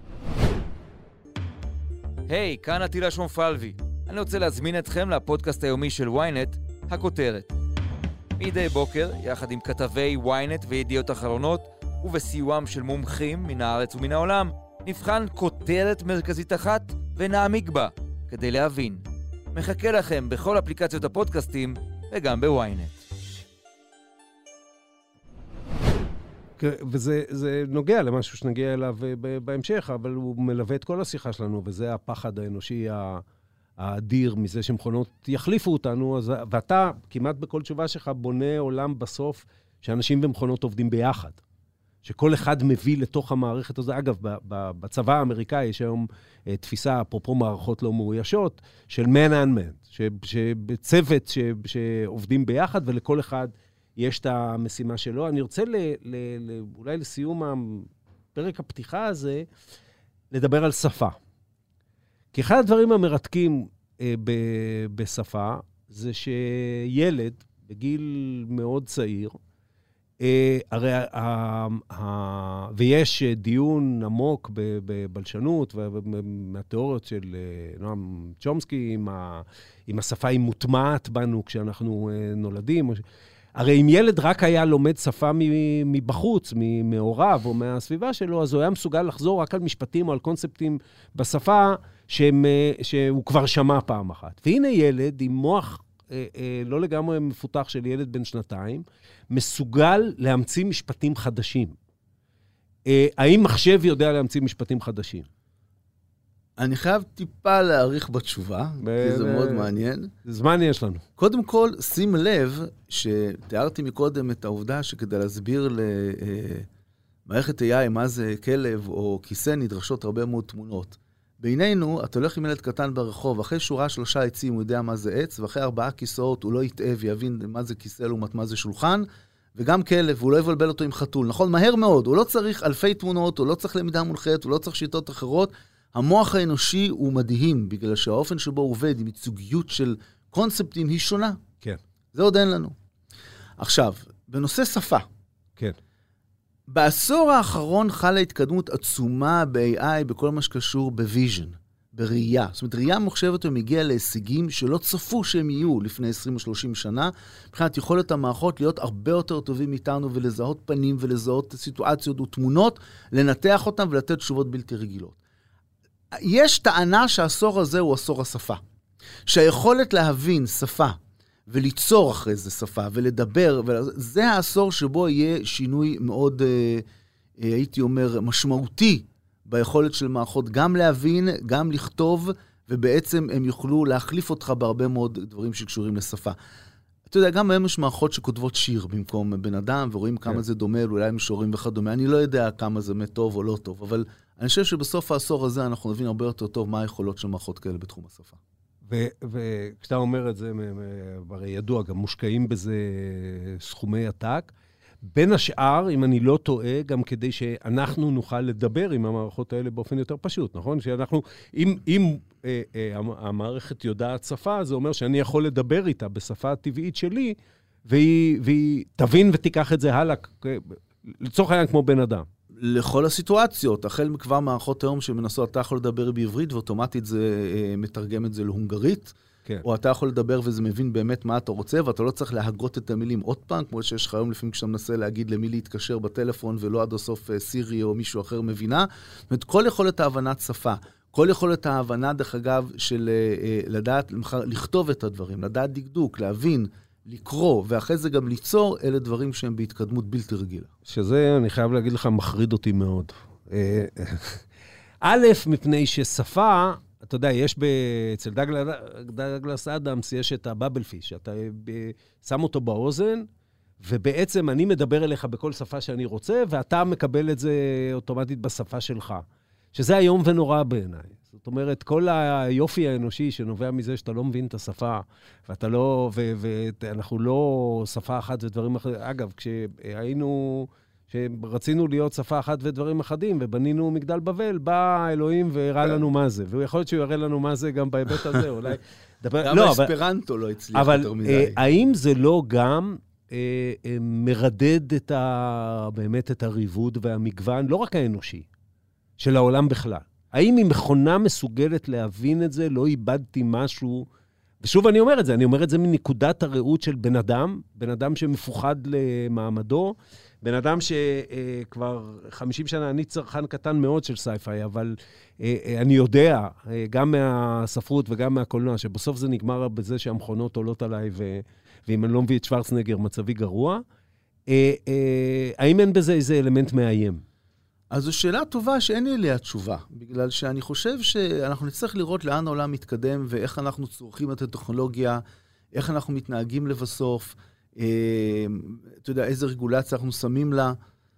D: היי, כאן עטילה שומפלבי. אני רוצה להזמין אתכם לפודקאסט היומי של ynet, הכותרת. מדי בוקר, יחד עם כתבי ynet וידיעות אחרונות, ובסיועם של מומחים מן הארץ ומן העולם, נבחן כותרת מרכזית אחת ונעמיק בה כדי להבין. מחכה לכם בכל אפליקציות הפודקאסטים וגם בוויינט.
A: וזה נוגע למשהו שנגיע אליו בהמשך, אבל הוא מלווה את כל השיחה שלנו, וזה הפחד האנושי האדיר מזה שמכונות יחליפו אותנו, ואתה כמעט בכל תשובה שלך בונה עולם בסוף שאנשים ומכונות עובדים ביחד. שכל אחד מביא לתוך המערכת הזו. אגב, בצבא האמריקאי יש היום תפיסה, אפרופו מערכות לא מאוישות, של man and man, שבצוות שעובדים ביחד, ולכל אחד יש את המשימה שלו. אני רוצה אולי לסיום פרק הפתיחה הזה, לדבר על שפה. כי אחד הדברים המרתקים בשפה, זה שילד, בגיל מאוד צעיר, הרי ויש דיון עמוק בבלשנות ומהתיאוריות של נועם צ'ומסקי, אם השפה היא מוטמעת בנו כשאנחנו נולדים. הרי אם ילד רק היה לומד שפה מבחוץ, מהוריו או מהסביבה שלו, אז הוא היה מסוגל לחזור רק על משפטים או על קונספטים בשפה שהוא כבר שמע פעם אחת. והנה ילד עם מוח לא לגמרי מפותח של ילד בן 2, מסוגל להמציא משפטים חדשים. האם מחשב יודע להמציא משפטים חדשים?
C: אני חייב טיפה להאריך בתשובה, כי זה מאוד מעניין.
A: זמן יש לנו.
C: קודם כל, שים לב שתיארתי מקודם את העובדה שכדי להסביר למערכת AI מה זה כלב או כיסא נדרשות הרבה מאוד תמונות. בינינו, אתה הולך עם ילד קטן ברחוב, אחרי שורה 3 עצים הוא יודע מה זה עץ, ואחרי 4 כיסאות הוא לא יטעה ויבין מה זה כיסא לעומת מה זה שולחן, וגם כלב, הוא לא יבלבל אותו עם חתול. נכון, מהר מאוד, הוא לא צריך אלפי תמונות, הוא לא צריך למידה מונחת, הוא לא צריך שיטות אחרות. המוח האנושי הוא מדהים, בגלל שהאופן שבו הוא עובד עם ייצוגיות של קונספטים היא שונה.
A: כן.
C: זה עוד אין לנו. עכשיו, בנושא שפה.
A: כן.
C: בעשור האחרון חלה התקדמות עצומה ב-AI בכל מה שקשור בוויז'ן, בראייה. זאת אומרת, ראייה מוחשבת ומגיעה להישגים שלא צפו שהם יהיו לפני 20 או 30 שנה, מבחינת יכולת המערכות להיות הרבה יותר טובים איתנו ולזהות פנים ולזהות סיטואציות ותמונות, לנתח אותם ולתת תשובות בלתי רגילות. יש טענה שהעשור הזה הוא עשור השפה. שהיכולת להבין שפה וליצור אחרי זה שפה ולדבר, זה העשור שבו יהיה שינוי מאוד, הייתי אומר, משמעותי ביכולת של מערכות גם להבין, גם לכתוב, ובעצם הם יוכלו להחליף אותך בהרבה מאוד דברים שקשורים לשפה. אתה יודע, גם היום יש מערכות שכותבות שיר במקום בן אדם, ורואים כמה זה דומה, אולי משוררים וכדומה. אני לא יודע כמה זה טוב או לא טוב, אבל אני חושב שבסוף העשור הזה אנחנו נבין הרבה יותר טוב מה היכולות של מערכות כאלה בתחום השפה.
A: וכשאתה אומר את זה, הרי ידוע, גם מושקעים בזה סכומי עתק. בין השאר, אם אני לא טועה, גם כדי שאנחנו נוכל לדבר עם המערכות האלה באופן יותר פשוט, נכון? שאנחנו, אם המערכת יודעת שפה, זה אומר שאני יכול לדבר איתה בשפה הטבעית שלי, והיא תבין ותיקח את זה הלאה, לצורך העניין כמו בן אדם.
C: לכל הסיטואציות, החל מכבר מערכות היום שמנסות, אתה יכול לדבר בעברית, ואוטומטית זה מתרגם את זה להונגרית, כן. או אתה יכול לדבר וזה מבין באמת מה אתה רוצה, ואתה לא צריך להגות את המילים עוד פעם, כמו שיש לך היום לפעמים כשאתה מנסה להגיד למי להתקשר בטלפון, ולא עד הסוף סירי או מישהו אחר מבינה. זאת אומרת, כל יכולת ההבנת שפה, כל יכולת ההבנה, דרך אגב, של לדעת, לכתוב את הדברים, לדעת דקדוק, להבין, לקרוא, ואחרי זה גם ליצור, אלה דברים שהם בהתקדמות בלתי רגילה.
A: שזה, אני חייב להגיד לך, מחריד אותי מאוד. א', מפני ששפה, אתה יודע, יש אצל דאגלס אדמס, יש את הבאבל פיש, אתה שם אותו באוזן, ובעצם אני מדבר אליך בכל שפה שאני רוצה, ואתה מקבל את זה אוטומטית בשפה שלך. שזה היום ונורא בעיניי. זאת אומרת, כל היופי האנושי שנובע מזה שאתה לא מבין את השפה, ואתה לא, ואנחנו לא שפה אחת ודברים אחרים. אגב, כשרצינו להיות שפה אחת ודברים אחדים, ובנינו מגדל בבל, בא אלוהים והראה לנו מה זה. והוא יכול להיות שהוא יראה לנו מה זה גם בהיבט הזה, אולי.
C: גם האספרנטו לא הצליח יותר מדי.
A: אבל האם זה לא גם מרדד באמת את הריבוד והמגוון, לא רק האנושי, של העולם בכלל? האם היא מכונה מסוגלת להבין את זה? לא איבדתי משהו ושוב אני אומר את זה מנקודת הראות של בן אדם שמפוחד למעמדו, בן אדם שכבר 50 שנה, אני צרכן קטן מאוד של סייפיי, אבל אני יודע, גם מהספרות וגם מהקולנוע, שבסוף זה נגמר בזה שהמכונות עולות עליי, ואם אני לא מביא את שוורצנגר, מצבי גרוע. האם אין בזה איזה אלמנט מאיים?
C: אז זו שאלה טובה שאין לי אליה תשובה, בגלל שאני חושב שאנחנו נצטרך לראות לאן העולם מתקדם, ואיך אנחנו צורכים את הטכנולוגיה, איך אנחנו מתנהגים לבסוף, אתה יודע, איזה רגולציה אנחנו שמים לה,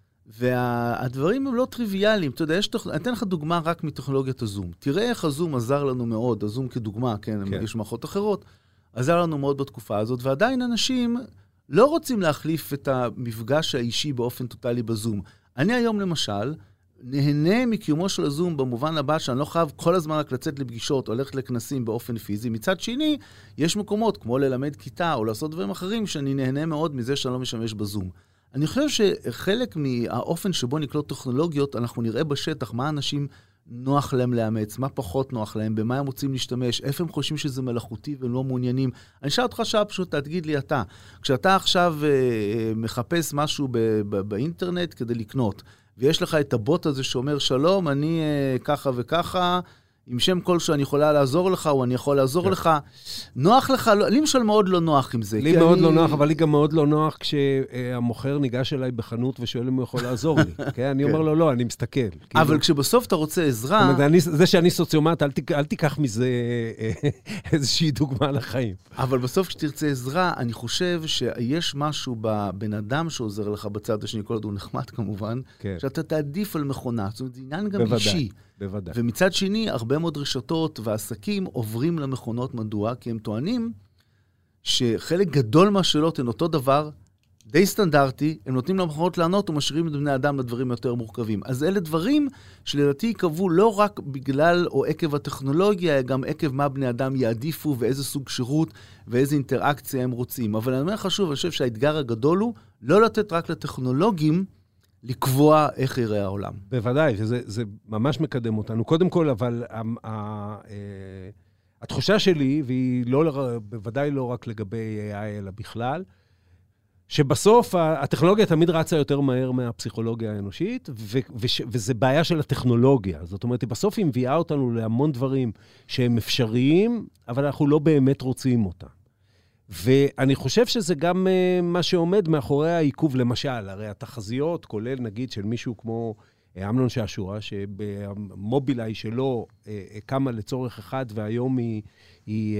C: והדברים הם לא טריוויאליים. אתה יודע, אני אתן לך דוגמה רק מטכנולוגיית הזום. תראה איך הזום עזר לנו מאוד, הזום כדוגמה, כן, יש מערכות אחרות, עזר לנו מאוד בתקופה הזאת, ועדיין אנשים לא רוצים להחליף את המפגש האישי באופן טוטלי בזום. אני היום למשל נהנה מקיומו של הזום במובן הבא שאני לא חייב כל הזמן רק לצאת לפגישות או ללכת לכנסים באופן פיזי. מצד שני, יש מקומות כמו ללמד כיתה או לעשות דברים אחרים שאני נהנה מאוד מזה שאני לא משמש בזום. אני חושב שחלק מהאופן שבו נקלוט טכנולוגיות, אנחנו נראה בשטח מה אנשים נוח להם לאמץ, מה פחות נוח להם, במה הם רוצים להשתמש, איפה הם חושבים שזה מלאכותי והם לא מעוניינים. אני אשאל אותך שעה פשוט, תגיד לי אתה, כשאתה עכשיו מחפש משהו באינטרנט כדי לקנות, ויש לך את הבוט הזה שאומר, שלום, אני ככה וככה, עם שם כלשהו אני יכולה לעזור לך, או אני יכול לעזור לך. נוח לך, לי למשל מאוד לא נוח עם זה.
A: לי מאוד לא נוח, אבל לי גם מאוד לא נוח כשהמוכר ניגש אליי בחנות ושואל אם הוא יכול לעזור לי. אני אומר לו, לא, אני מסתכל.
C: אבל כשבסוף אתה רוצה עזרה...
A: זה שאני סוציומט, אל תיקח מזה איזושהי דוגמה לחיים.
C: אבל בסוף כשתרצה עזרה, אני חושב שיש משהו בבן אדם שעוזר לך בצד השני, כל עוד הוא נחמד כמובן, שאתה תעדיף על מכונה. זאת אומרת, זה עניין גם אישי.
A: בוודאי.
C: ומצד שני, הרבה מאוד רשתות ועסקים עוברים למכונות. מדוע? כי הם טוענים שחלק גדול מהשאלות הן אותו דבר, די סטנדרטי, הם נותנים למכונות לענות ומשאירים את בני אדם לדברים יותר מורכבים. אז אלה דברים שלדעתי יקבעו לא רק בגלל או עקב הטכנולוגיה, גם עקב מה בני אדם יעדיפו ואיזה סוג שירות ואיזה אינטראקציה הם רוצים. אבל אני אומר חשוב, אני חושב שהאתגר הגדול הוא לא לתת רק לטכנולוגים לקבוע איך יראה העולם.
A: בוודאי, זה ממש מקדם אותנו. קודם כל, אבל התחושה שלי, והיא בוודאי לא רק לגבי AI, אלא בכלל, שבסוף הטכנולוגיה תמיד רצה יותר מהר מהפסיכולוגיה האנושית, וזה בעיה של הטכנולוגיה. זאת אומרת, בסוף היא מביאה אותנו להמון דברים שהם אפשריים, אבל אנחנו לא באמת רוצים אותם. ואני חושב שזה גם מה שעומד מאחורי העיכוב, למשל, הרי התחזיות, כולל נגיד של מישהו כמו אמנון שעשוע, שבמובילאיי שלו קמה לצורך אחד, והיום היא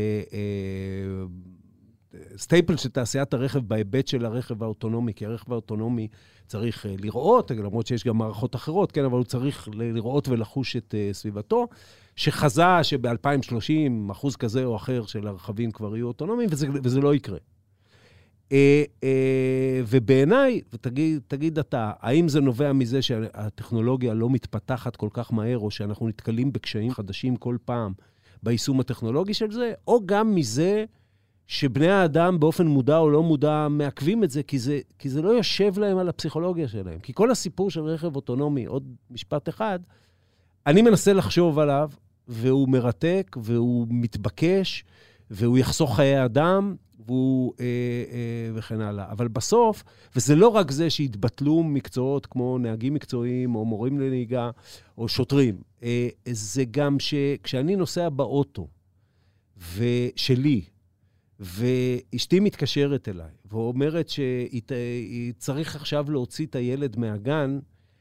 A: סטייפל של תעשיית הרכב בהיבט של הרכב האוטונומי, כי הרכב האוטונומי צריך לראות, למרות שיש גם מערכות אחרות, כן, אבל הוא צריך לראות ולחוש את סביבתו, שחזה שב-2030 אחוז כזה או אחר של הרכבים כבר יהיו אוטונומיים, וזה לא יקרה. ובעיניי, ותגיד אתה, האם זה נובע מזה שהטכנולוגיה לא מתפתחת כל כך מהר, או שאנחנו נתקלים בקשיים חדשים כל פעם ביישום הטכנולוגי של זה, או גם מזה שבני האדם באופן מודע או לא מודע מעכבים את זה, כי זה לא יושב להם על הפסיכולוגיה שלהם. כי כל הסיפור של רכב אוטונומי, עוד משפט אחד, אני מנסה לחשוב עליו, והוא מרתק, והוא מתבקש, והוא יחסוך חיי אדם, וכן הלאה. אבל בסוף, וזה לא רק זה שהתבטלו מקצועות כמו נהגים מקצועיים, או מורים לנהיגה, או שוטרים, זה גם שכשאני נוסע באוטו, ושלי, ואשתי מתקשרת אליי, ואומרת שהיא צריך עכשיו להוציא את הילד מהגן,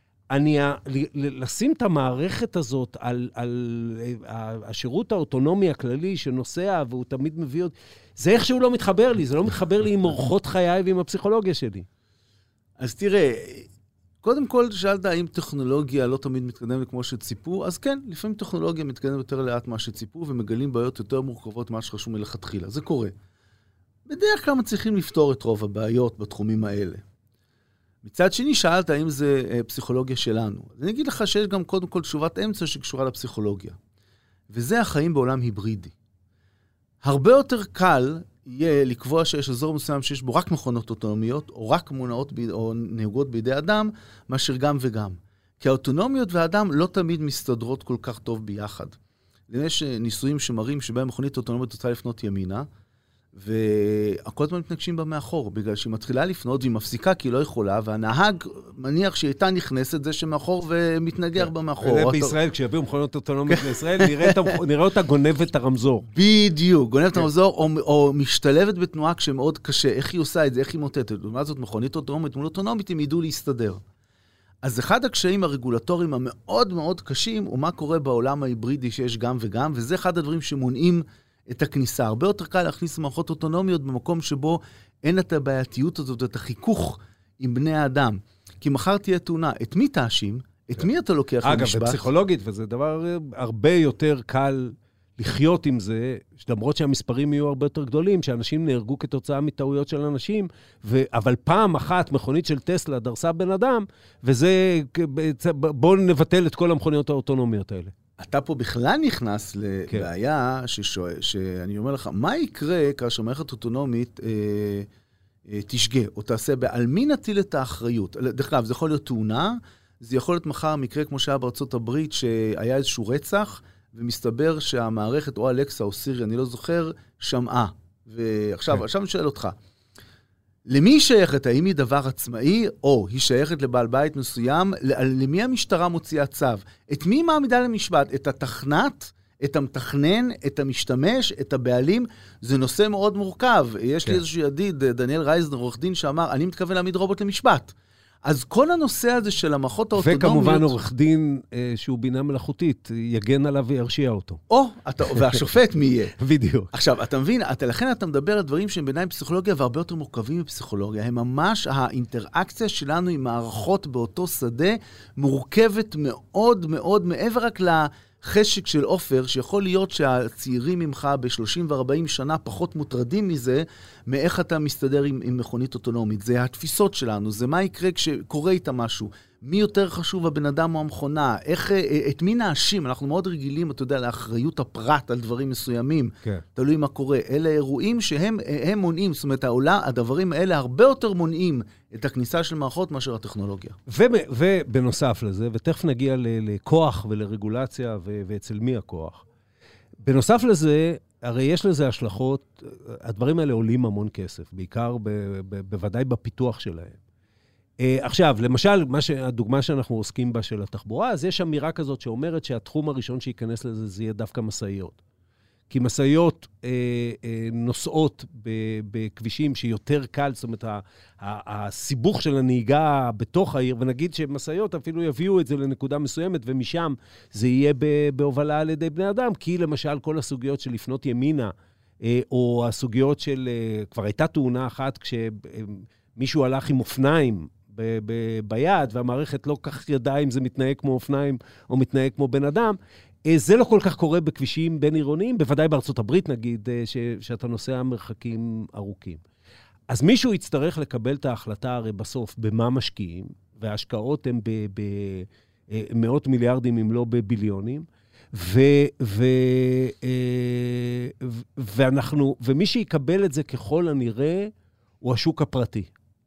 A: לשים את המערכת הזאת על השירות האוטונומי הכללי שנוסע, והוא תמיד מביא עוד, זה איך שהוא לא מתחבר לי, זה לא מתחבר לי עם אורחות חיי ועם הפסיכולוגיה שלי.
C: אז תראה, קודם כל שאלת האם טכנולוגיה לא תמיד מתקדמת כמו שציפו, אז כן, לפעמים טכנולוגיה מתקדמת יותר לאט מה שציפו, ומגלים בעיות יותר מורכבות מה שחשוב מלכתחילה. זה קורה. בדרך כלל מצליחים לפתור את רוב הבעיות בתחומים האלה. מצד שני, שאלת האם זה פסיכולוגיה שלנו. אז אני אגיד לך שיש גם קודם כל תשובת אמצע שקשורה לפסיכולוגיה. וזה החיים בעולם היברידי. הרבה יותר קל יהיה לקבוע שיש אזור מסוים שיש בו רק מכונות אוטונומיות, או רק מונעות או נהוגות בידי אדם, מאשר גם וגם. כי האוטונומיות והאדם לא תמיד מסתדרות כל כך טוב ביחד. יש ניסויים שמראים שבהם מכונית אוטונומית רוצה לפנות ימינה, והכל הזמן מתנגשים בה מאחור, בגלל שהיא מתחילה לפנות והיא מפסיקה כי היא לא יכולה, והנהג מניח שהיא הייתה נכנסת זה שמאחור ומתנגח בה מאחור.
A: בישראל, כשיביאו מכוניות אוטונומית לישראל, נראה אותה גונבת את הרמזור.
C: בדיוק, גונבת את הרמזור, או משתלבת בתנועה כשמאוד קשה. איך היא עושה את זה, איך היא מוטטת. לעומת זאת, מכונית אוטונומית מול אוטונומית, הם ידעו להסתדר. אז אחד הקשיים הרגולטוריים המאוד מאוד קשים, הוא מה קורה בעולם ההיברידי שיש גם וגם, וזה אחד הדברים שמונעים את הכניסה. הרבה יותר קל להכניס מערכות אוטונומיות במקום שבו אין את הבעייתיות הזאת, את החיכוך עם בני האדם. כי מחר תהיה תאונה, את מי תאשים? את מי אתה לוקח למשפט?
A: אגב, בפסיכולוגית, וזה דבר הרבה יותר קל לחיות עם זה, למרות שהמספרים יהיו הרבה יותר גדולים, שאנשים נהרגו כתוצאה מטעויות של אנשים, אבל פעם אחת מכונית של טסלה דרסה בן אדם, וזה, בואו נבטל את כל המכוניות האוטונומיות האלה.
C: אתה פה בכלל נכנס לבעיה שאני אומר לך, מה יקרה כאשר מערכת אוטונומית תשגה, או תעשה על מי נטיל את האחריות? דרך כלל, זה יכול להיות תאונה, זה יכול להיות מחר מקרה כמו שהיה בארצות הברית, שהיה איזשהו רצח, ומסתבר שהמערכת, או אלקסה או סירי, אני לא זוכר, שמעה. ועכשיו אני שואל אותך, למי היא שייכת? האם היא דבר עצמאי, או היא שייכת לבעל בית מסוים? למי המשטרה מוציאה צו? את מי מעמידה למשפט? את התכנת? את המתכנן? את המשתמש? את הבעלים? זה נושא מאוד מורכב. יש לי איזשהו ידיד, דניאל רייזנר, עורך דין, שאמר, אני מתכוון להעמיד רובוט למשפט. אז כל הנושא הזה של המערכות האוטונומיות...
A: וכמובן עורך דין שהוא בינה מלאכותית, יגן עליו וירשיע אותו.
C: והשופט מי יהיה.
A: בדיוק.
C: עכשיו, אתה מבין, לכן אתה מדבר על דברים שהם בעיניי פסיכולוגיה והרבה יותר מורכבים בפסיכולוגיה. הם ממש, האינטראקציה שלנו עם מערכות באותו שדה מורכבת מאוד מאוד, מעבר רק לחשק של אופר, שיכול להיות שהצעירים ממך ב-30 ו-40 שנה פחות מוטרדים מזה, מאיך אתה מסתדר עם מכונית אוטונומית. זה התפיסות שלנו, זה מה יקרה כשקורה איתה משהו. מי יותר חשוב, הבן אדם או המכונה? את מי נאשים? אנחנו מאוד רגילים, אתה יודע, לאחריות הפרט על דברים מסוימים. כן. תלוי מה קורה. אלה אירועים שהם מונעים, זאת אומרת, הדברים האלה הרבה יותר מונעים את הכניסה של מערכות מאשר הטכנולוגיה.
A: ובנוסף לזה, ותכף נגיע לכוח ולרגולציה ואצל מי הכוח. בנוסף לזה, הרי יש לזה השלכות, הדברים האלה עולים המון כסף, בעיקר בוודאי בפיתוח שלהם. עכשיו, למשל, הדוגמה שאנחנו עוסקים בה של התחבורה, אז יש אמירה כזאת שאומרת שהתחום הראשון שייכנס לזה, זה יהיה דווקא מסעיות. כי מסעיות נוסעות בכבישים שיותר קל, זאת אומרת, הסיבוך של הנהיגה בתוך העיר, ונגיד שמסעיות אפילו יביאו את זה לנקודה מסוימת, ומשם זה יהיה בהובלה על ידי בני אדם, כי למשל כל הסוגיות של לפנות ימינה, או הסוגיות של, כבר הייתה תאונה אחת כשמישהו הלך עם אופניים, ביד, והמערכת לא כך ידעה אם זה מתנהג כמו אופניים או מתנהג כמו בן אדם. זה לא כל כך קורה בכבישים בין עירוניים, בוודאי בארצות הברית נגיד, שאתה נוסע מרחקים ארוכים. אז מישהו יצטרך לקבל את ההחלטה הרי בסוף במה משקיעים, וההשקעות הן במאות מיליארדים אם לא בביליונים, ומי שיקבל את זה ככל הנראה הוא השוק הפרטי.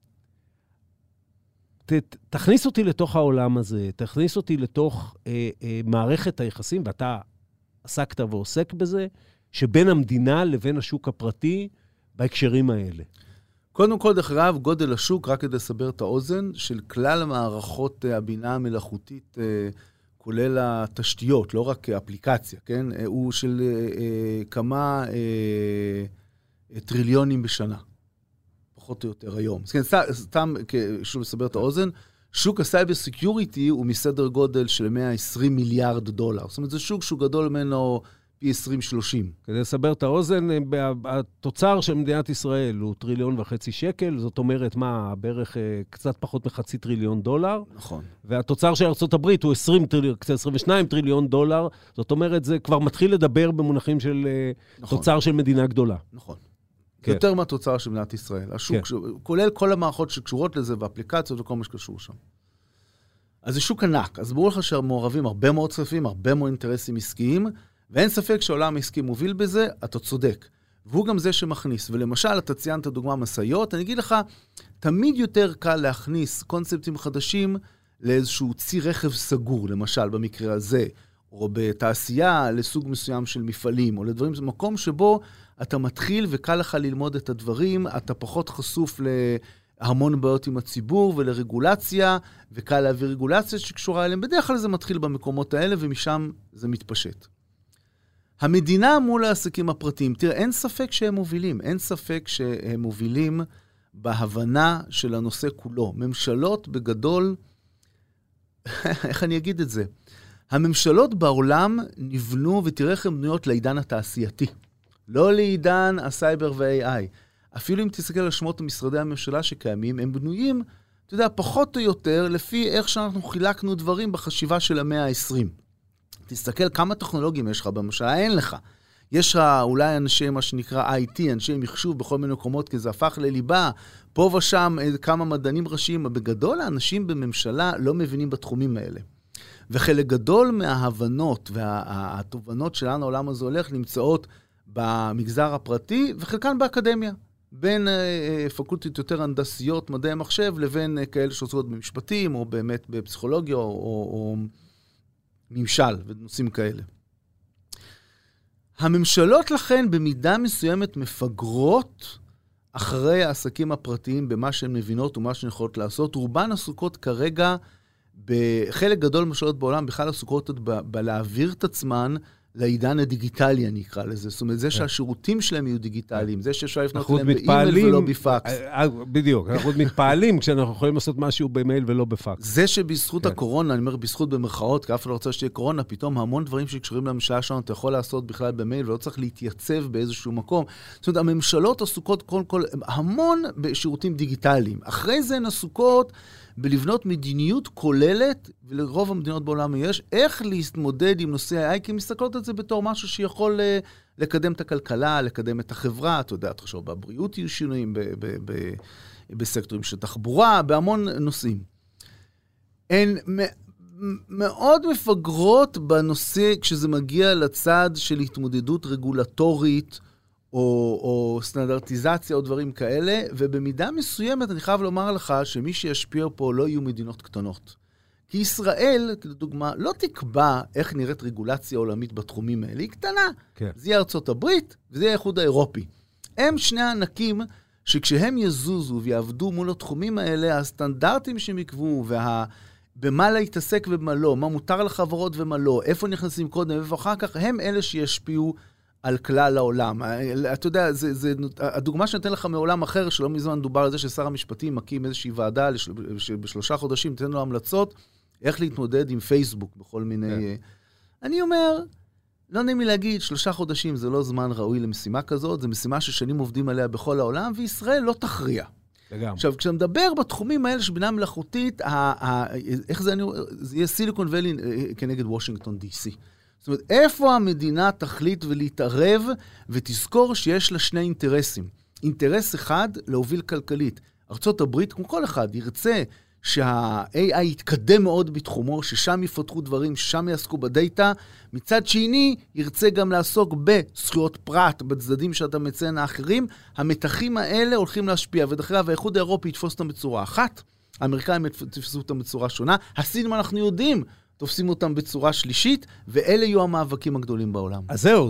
A: תכניס אותי לתוך העולם הזה, תכניס אותי לתוך מערכת היחסים, ואתה עסקת ועוסק בזה, שבין המדינה לבין השוק הפרטי בהקשרים האלה.
C: קודם כל, דרך אגב, גודל השוק, רק כדי לסבר את האוזן, של כלל המערכות הבינה המלאכותית, כולל התשתיות, לא רק אפליקציה, כן? הוא של כמה טריליונים בשנה. פחות או יותר היום. סתם, שוב לסבר את האוזן, שוק הסייבר סקיוריטי הוא מסדר גודל של 120 מיליארד דולר. זאת אומרת, זה שוק שהוא גדול ממנו פי 20-30.
A: כדי לסבר את האוזן, התוצר של מדינת ישראל הוא 1.5 טריליון שקל, זאת אומרת, בערך קצת פחות מחצי טריליון דולר.
C: נכון.
A: והתוצר של ארצות הברית הוא 22 טריליון דולר, זאת אומרת, זה כבר מתחיל לדבר במונחים של תוצר של מדינה גדולה.
C: נכון. יותר מהתוצר של מדינת ישראל. השוק, כולל כל המערכות שקשורות לזה, ואפליקציות וכל מה שקשור שם. אז זה שוק ענק. אז ברור לך שמעורבים הרבה מאוד צרפים, הרבה מאוד אינטרסים עסקיים, ואין ספק שהעולם העסקי מוביל בזה, אתה צודק. והוא גם זה שמכניס. ולמשל, אתה ציינת דוגמה מסעיות, אני אגיד לך, תמיד יותר קל להכניס קונספטים חדשים לאיזשהו צי רכב סגור, למשל, במקרה הזה, או בתעשייה לסוג מסוים של מפעלים, או לדברים, זה מקום שבו אתה מתחיל וקל לך ללמוד את הדברים, אתה פחות חשוף להמון בעיות עם הציבור ולרגולציה, וקל להביא רגולציה שקשורה אליהם. בדרך כלל זה מתחיל במקומות האלה, ומשם זה מתפשט. המדינה מול העסקים הפרטיים, תראה, אין ספק שהם מובילים, אין ספק שהם מובילים בהבנה של הנושא כולו. ממשלות בגדול, איך אני אגיד את זה? הממשלות בעולם נבנו, ותראה איך הן בנויות לעידן התעשייתי. לא לעידן הסייבר וה-AI. אפילו אם תסתכל על שמות משרדי הממשלה שקיימים, הם בנויים, אתה יודע, פחות או יותר, לפי איך שאנחנו חילקנו דברים בחשיבה של המאה ה-20. תסתכל כמה טכנולוגים יש לך בממשלה, אין לך. יש לך אולי אנשי, מה שנקרא IT, אנשי מחשוב בכל מיני מקומות, כי זה הפך לליבה, פה ושם כמה מדענים ראשיים, בגדול האנשים בממשלה לא מבינים בתחומים האלה. וחלק גדול מההבנות והתובנות שלנו, העולם הזה הולך, נמצאות במגזר הפרטי, וחלקן באקדמיה. בין פקולטות יותר הנדסיות, מדעי המחשב, לבין כאלה שעוסקות במשפטים, או באמת בפסיכולוגיה, או ממשל, ונושאים כאלה. הממשלות לכן במידה מסוימת מפגרות אחרי העסקים הפרטיים במה שהן מבינות ומה שהן יכולות לעשות. רובן עסוקות כרגע, בחלק גדול ממשלות בעולם, בכלל עסוקות בלהעביר את עצמן לעידן הדיגיטלי, אני אקרא לזה. זאת אומרת, זה שהשירותים שלהם יהיו דיגיטליים, זה שאפשר לפנות להם באימייל ולא בפקס.
A: בדיוק, אנחנו מתפעלים כשאנחנו יכולים לעשות משהו במייל ולא בפקס.
C: זה שבזכות הקורונה, אני אומר בזכות במרכאות, כי אף לא רוצה שתהיה קורונה, פתאום המון דברים שקשורים לממשלה שלנו, אתה יכול לעשות בכלל במייל, ולא צריך להתייצב באיזשהו מקום. זאת אומרת, הממשלות עסוקות כל המון בשירותים דיגיטליים. אחרי זה הן עסוקות בלבנות מדיניות כוללת, ולרוב המדינות בעולם יש, איך להתמודד עם נושא ה-AI, כי מסתכלות את זה בתור משהו שיכול לקדם את הכלכלה, לקדם את החברה, אתה יודע, תחשוב, בבריאות יהיו שינויים, בסקטורים של תחבורה, בהמון נושאים. הן מאוד מפגרות בנושא, כשזה מגיע לצד של התמודדות רגולטורית, או סטנדרטיזציה או דברים כאלה, ובמידה מסוימת אני חייב לומר לך שמי שישפיע פה לא יהיו מדינות קטנות. כי ישראל, כדוגמה, לא תקבע איך נראית רגולציה עולמית בתחומים האלה, היא קטנה. כן. זה יהיה ארצות הברית וזה יהיה האיחוד האירופי. הם שני הענקים שכשהם יזוזו ויעבדו מול התחומים האלה, הסטנדרטים שהם יקבעו, במה להתעסק ובמה לא, מה מותר לחברות ומה לא, איפה נכנסים קודם ואחר כך, הם אלה שישפיעו על כלל העולם. אתה יודע, הדוגמה שנתן לך מעולם אחר, שלא מזמן דובר על זה ששר המשפטים מקים איזושהי ועדה ב3 חודשים, נתן לו המלצות, איך להתמודד עם פייסבוק בכל מיני... אני אומר, לא נעים לי להגיד, 3 חודשים זה לא זמן ראוי למשימה כזאת, זה משימה ששנים עובדים עליה בכל העולם, וישראל לא תכריע. עכשיו, כשנדבר בתחומים האלה שבינה מלאכותית, איך זה יהיה סיליקון ואלי כנגד וושינגטון DC. זאת אומרת, איפה המדינה תחליט ולהתערב, ותזכור שיש לה שני אינטרסים. אינטרס אחד, להוביל כלכלית. ארצות הברית, כמו כל אחד, ירצה שה-AI יתקדם מאוד בתחומו, ששם יפתחו דברים, ששם יעסקו בדאטה. מצד שני, ירצה גם לעסוק בזכויות פרט, בצדדים שאתה מציין האחרים. המתחים האלה הולכים להשפיע, ודחריו, האיחוד האירופי יתפוס אותם בצורה אחת, האמריקאים יתפסו אותם בצורה שונה. הסינים אנחנו יודעים, תופסים אותם בצורה שלישית, ואלה יהיו המאבקים הגדולים בעולם.
A: אז זהו,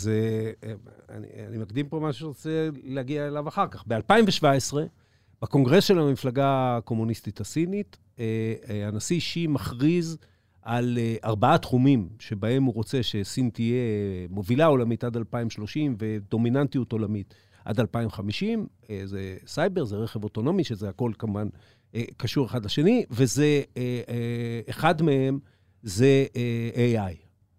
A: אני מקדים פה משהו שרוצה להגיע אליו אחר כך. ב-2017, בקונגרס של המפלגה הקומוניסטית הסינית, הנשיא שי מכריז על 4 תחומים שבהם הוא רוצה שסין תהיה מובילה עולמית עד 2030 ודומיננטיות עולמית עד 2050. זה סייבר, זה רכב אוטונומי, שזה הכל כמובן קשור אחד לשני, וזה, אחד מהם זה AI.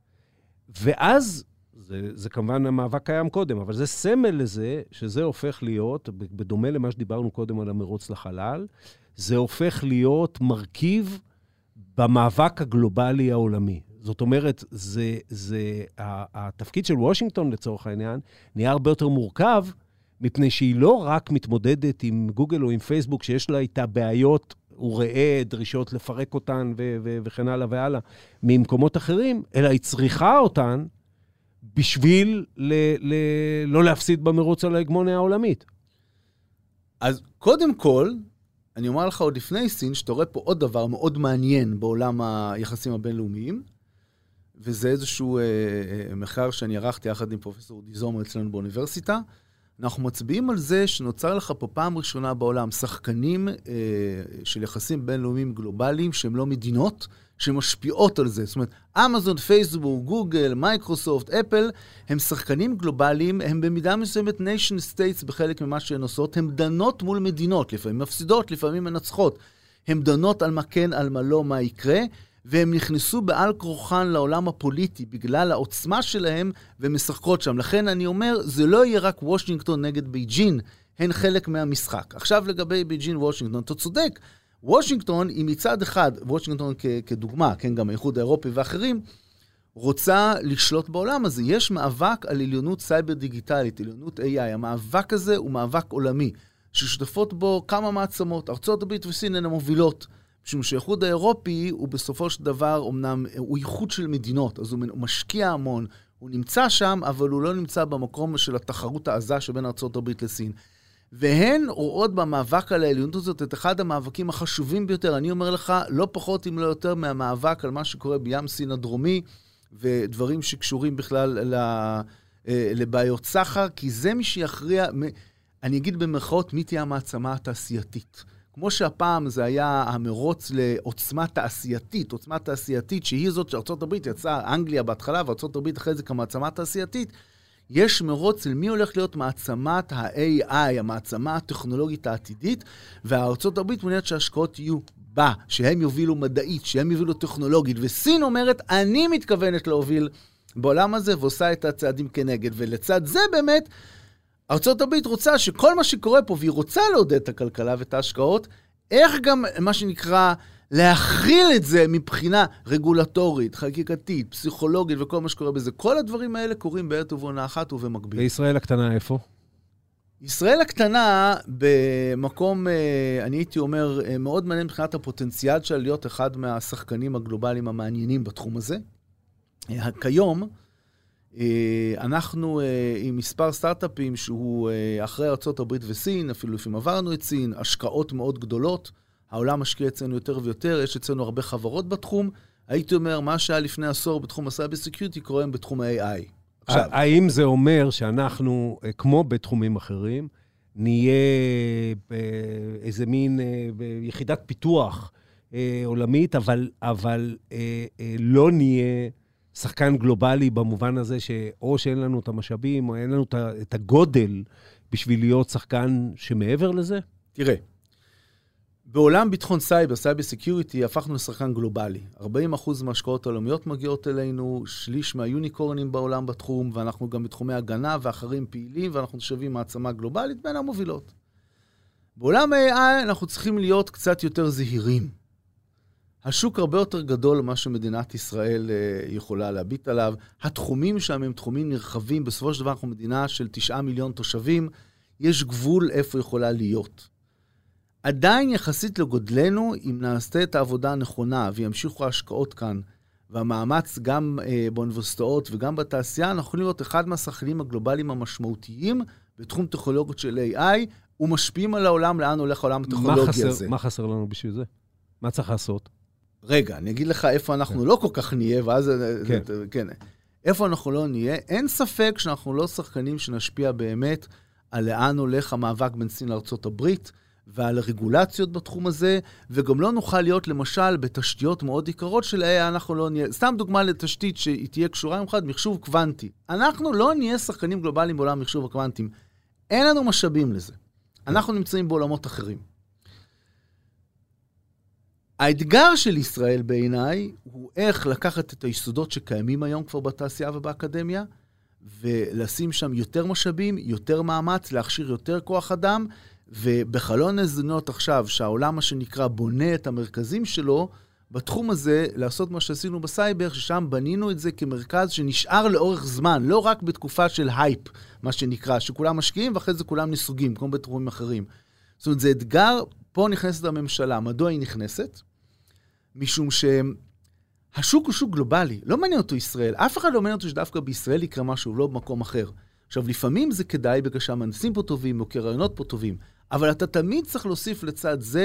A: ואז, זה כמובן המאבק קיים קודם, אבל זה סמל לזה, שזה הופך להיות, בדומה למה שדיברנו קודם על המרוץ לחלל, זה הופך להיות מרכיב במאבק הגלובלי העולמי. זאת אומרת, התפקיד של וושינגטון לצורך העניין, נהיה הרבה יותר מורכב, מפני שהיא לא רק מתמודדת עם גוגל או עם פייסבוק, שיש לה איתה בעיות וראה, דרישות לפרק אותן וכן הלאה והלאה, ממקומות אחרים, אלא היא צריכה אותן בשביל לא להפסיד במרוץ על ההגמוניה העולמית.
C: אז קודם כל, אני אומר לך עוד לפני סין, שאתה רואה פה עוד דבר מאוד מעניין בעולם היחסים הבינלאומיים, וזה איזשהו מחקר שאני ערכתי יחד עם פרופסור אודי זומר אצלנו באוניברסיטה, אנחנו מצביעים על זה שנוצר לך פה פעם ראשונה בעולם שחקנים של יחסים בינלאומיים גלובליים שהם לא מדינות, שמשפיעות על זה. זאת אומרת, אמזון, פייסבוק, גוגל, מייקרוסופט, אפל, הם שחקנים גלובליים, הם במידה מסוימת nation states בחלק ממה שהן עושות, הם דנות מול מדינות, לפעמים מפסידות, לפעמים מנצחות. הם דנות על מה כן, על מה לא, מה יקרה, והם נכנסו בעל כורחן לעולם הפוליטי בגלל העוצמה שלהם ומשחקות שם. לכן אני אומר, זה לא יהיה רק וושינגטון נגד בייג'ין, הן חלק מהמשחק. עכשיו לגבי בייג'ין וושינגטון, אתה צודק, וושינגטון היא מצד אחד, וושינגטון כדוגמה, כן, גם האיחוד האירופי ואחרים, רוצה לשלוט בעולם הזה. יש מאבק על עליונות סייבר דיגיטלית, עליונות AI. המאבק הזה הוא מאבק עולמי, ששותפות בו כמה מעצמות. ארצות הברית וסין הן המובילות. משום שהאיחוד האירופי הוא בסופו של דבר, אמנם הוא איחוד של מדינות, אז הוא משקיע המון, הוא נמצא שם, אבל הוא לא נמצא במקום של התחרות העזה שבין ארצות הברית לסין. והן רואות במאבק על העליונות הזאת את אחד המאבקים החשובים ביותר. אני אומר לך, לא פחות אם לא יותר מהמאבק על מה שקורה בים סין הדרומי, ודברים שקשורים בכלל לבעיות סחר, כי זה מי שיכריע, אני אגיד במרכאות, מי תהיה המעצמה התעשייתית. כמו שהפעם זה היה המרוץ לעוצמה תעשייתית, עוצמה תעשייתית שהיא זאת שארצות הברית יצאה, אנגליה בהתחלה וארצות הברית אחרי זה כמעצמה תעשייתית, יש מרוץ למי הולך להיות מעצמת ה-AI, המעצמה הטכנולוגית העתידית, והארצות הברית מעוניינת שההשקעות יהיו בה, שהם יובילו מדעית, שהם יובילו טכנולוגית, וסין אומרת, אני מתכוונת להוביל בעולם הזה, ועושה את הצעדים כנגד, ולצד זה באמת, ארצות הברית רוצה שכל מה שקורה פה, והיא רוצה לעודד את הכלכלה ואת ההשקעות, איך גם מה שנקרא להכיל את זה מבחינה רגולטורית, חקיקתית, פסיכולוגית וכל מה שקורה בזה. כל הדברים האלה קורים בעת ובעונה אחת ובמקביל.
A: וישראל הקטנה איפה?
C: ישראל הקטנה במקום, אני הייתי אומר, מאוד מעניין מבחינת הפוטנציאל של להיות אחד מהשחקנים הגלובליים המעניינים בתחום הזה. כיום, אנחנו עם מספר סטארט-אפים שהוא אחרי ארצות הברית וסין, אפילו לפעמים עברנו את סין, השקעות מאוד גדולות, העולם משקיע אצלנו יותר ויותר, יש אצלנו הרבה חברות בתחום, הייתי אומר, מה שהיה לפני עשור בתחום הסייבר סקיוריטי קורה בתחום ה-AI.
A: האם זה אומר שאנחנו, כמו בתחומים אחרים, נהיה באיזה מין יחידת פיתוח עולמית, אבל לא נהיה שחקן גלובלי במובן הזה שאו שאין לנו את המשאבים, או אין לנו את הגודל בשביל להיות שחקן שמעבר לזה?
C: תראה, בעולם ביטחון סייבר, סייבר סקיוריטי, הפכנו לשחקן גלובלי. 40% מההשקעות העולמיות מגיעות אלינו, שליש מהיוניקורנים בעולם בתחום, ואנחנו גם בתחומי הגנה ואחרים פעילים, ואנחנו נחשבים מעצמה גלובלית בין המובילות. בעולם ה-AI אנחנו צריכים להיות קצת יותר זהירים. השוק הרבה יותר גדול ממה שמדינת ישראל יכולה להביט עליו. התחומים שם הם תחומים נרחבים. בסופו של דבר אנחנו מדינה של 9 מיליון תושבים. יש גבול איפה יכולה להיות. עדיין יחסית לגודלנו, אם נעשה את העבודה הנכונה וימשיכו ההשקעות כאן, והמאמץ גם באוניברסיטאות וגם בתעשייה, אנחנו יכולים להיות אחד מהשחקנים הגלובליים המשמעותיים בתחום טכנולוגיות של AI, ומשפיעים על העולם לאן הולך העולם הטכנולוגי הזה.
A: מה חסר לנו בשביל זה? מה צריך לעשות?
C: רגע, אני אגיד לך איפה אנחנו לא כל כך נהיה, ואז כן. איפה אנחנו לא נהיה, אין ספק שאנחנו לא שחקנים שנשפיע באמת על לאן הולך המאבק בין סין לארצות הברית, ועל הרגולציות בתחום הזה, וגם לא נוכל להיות למשל בתשתיות מאוד יקרות של אנחנו לא נהיה, סתם דוגמה לתשתית שהיא תהיה קשורה עם אחד, מחשוב קוונטי. אנחנו לא נהיה שחקנים גלובליים בעולם מחשוב הקוונטים. אין לנו משאבים לזה. אנחנו נמצאים בעולמות אחרים. האתגר של ישראל בעיניי הוא איך לקחת את היסודות שקיימים היום כבר בתעשייה ובאקדמיה, ולשים שם יותר משאבים, יותר מאמץ, להכשיר יותר כוח אדם, ובחלון הזדמנויות עכשיו, שהעולם מה שנקרא בונה את המרכזים שלו, בתחום הזה לעשות מה שעשינו בסייבר, ששם בנינו את זה כמרכז שנשאר לאורך זמן, לא רק בתקופה של הייפ, מה שנקרא, שכולם משקיעים ואחרי זה כולם נסוגים, כמו בתחומים אחרים. זאת אומרת, זה אתגר, פה נכנסת הממשלה. מדוע היא נכנסת? משום שהשוק הוא שוק גלובלי, לא מעניין אותו ישראל, אף אחד לא מעניין אותו שדווקא בישראל יקרה משהו, לא במקום אחר. עכשיו, לפעמים זה כדאי בגלל שהמהנדסים פה טובים, או כרעיונות פה טובים, אבל אתה תמיד צריך להוסיף לצד זה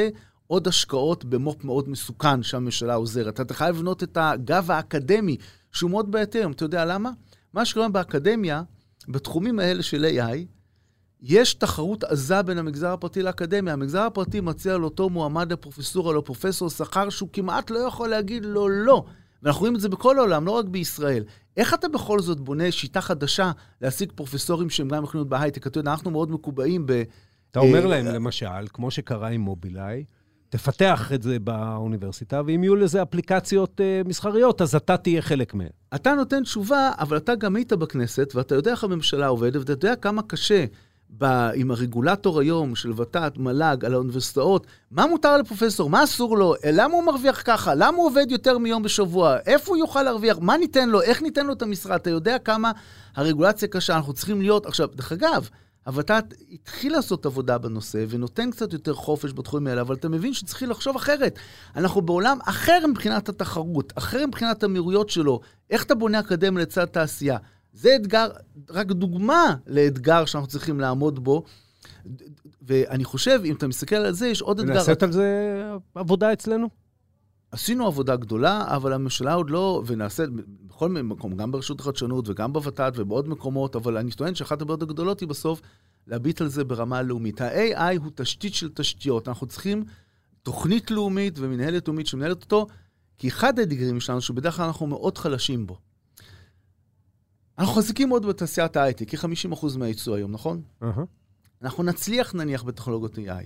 C: עוד השקעות במו"פ מאוד מסוכן שהממשלה עוזרת. אתה חייב לבנות את הגב האקדמי, שהוא מאוד בעייתי. אתה יודע למה? מה שקורה באקדמיה, בתחומים האלה של AI, יש תחרות עזה בין המגזר הפרטי לאקדמיה. המגזר הפרטי מציע לאותו מועמד לפרופסורה או לפרופסור שכר שהוא כמעט לא יכול להגיד לו לא. ואנחנו רואים את זה בכל העולם, לא רק בישראל. איך אתה בכל זאת בונה שיטה חדשה להשיג פרופסורים שהם גם יכולים להיות בהייטק? אתה יודע, אנחנו מאוד מקובעים
A: אתה אומר להם, למשל, כמו שקרה עם מובילאיי, תפתח את זה באוניברסיטה, ואם יהיו לזה אפליקציות מסחריות, אז אתה תהיה חלק מהן.
C: אתה נותן תשובה, אבל אתה גם היית בכנסת, ואתה יודע איך הממשלה עובדת, ואתה יודע כמה קשה עם הרגולטור היום של ות"ת, מל"ג, על האוניברסיטאות, מה מותר לפרופסור, מה אסור לו, למה הוא מרוויח ככה, למה הוא עובד יותר מיום בשבוע, איפה הוא יוכל להרוויח, מה ניתן לו, איך ניתן לו את המשרה, אתה יודע כמה הרגולציה קשה, אנחנו צריכים להיות, עכשיו, דרך אגב, הוות"ת התחיל לעשות עבודה בנושא, ונותן קצת יותר חופש בתחומים האלה, אבל אתה מבין שצריכים לחשוב אחרת. אנחנו בעולם אחר מבחינת התחרות, אחר מבחינת המהירויות שלו, איך אתה בונה אקדמיה לצד תעשייה. זה אתגר, רק דוגמה לאתגר שאנחנו צריכים לעמוד בו, ואני חושב, אם אתה מסתכל על זה, יש עוד אתגר.
A: ונעשית על זה עבודה אצלנו?
C: עשינו עבודה גדולה, אבל הממשלה עוד לא, ונעשית בכל מקום, גם ברשות החדשנות וגם בוות"ת ובעוד מקומות, אבל אני טוען שאחת הבעיות הגדולות היא בסוף להביט על זה ברמה הלאומית. ה-AI הוא תשתית של תשתיות. אנחנו צריכים תוכנית לאומית ומנהלת לאומית שמנהלת אותו, כי אחד האתגרים שלנו, שבדרך כלל אנחנו מאוד חלשים בו. אנחנו חזקים מאוד בתעשיית ההייטק, כ-50% מהייצוא היום, נכון? אנחנו נצליח נניח בטכנולוגיות AI.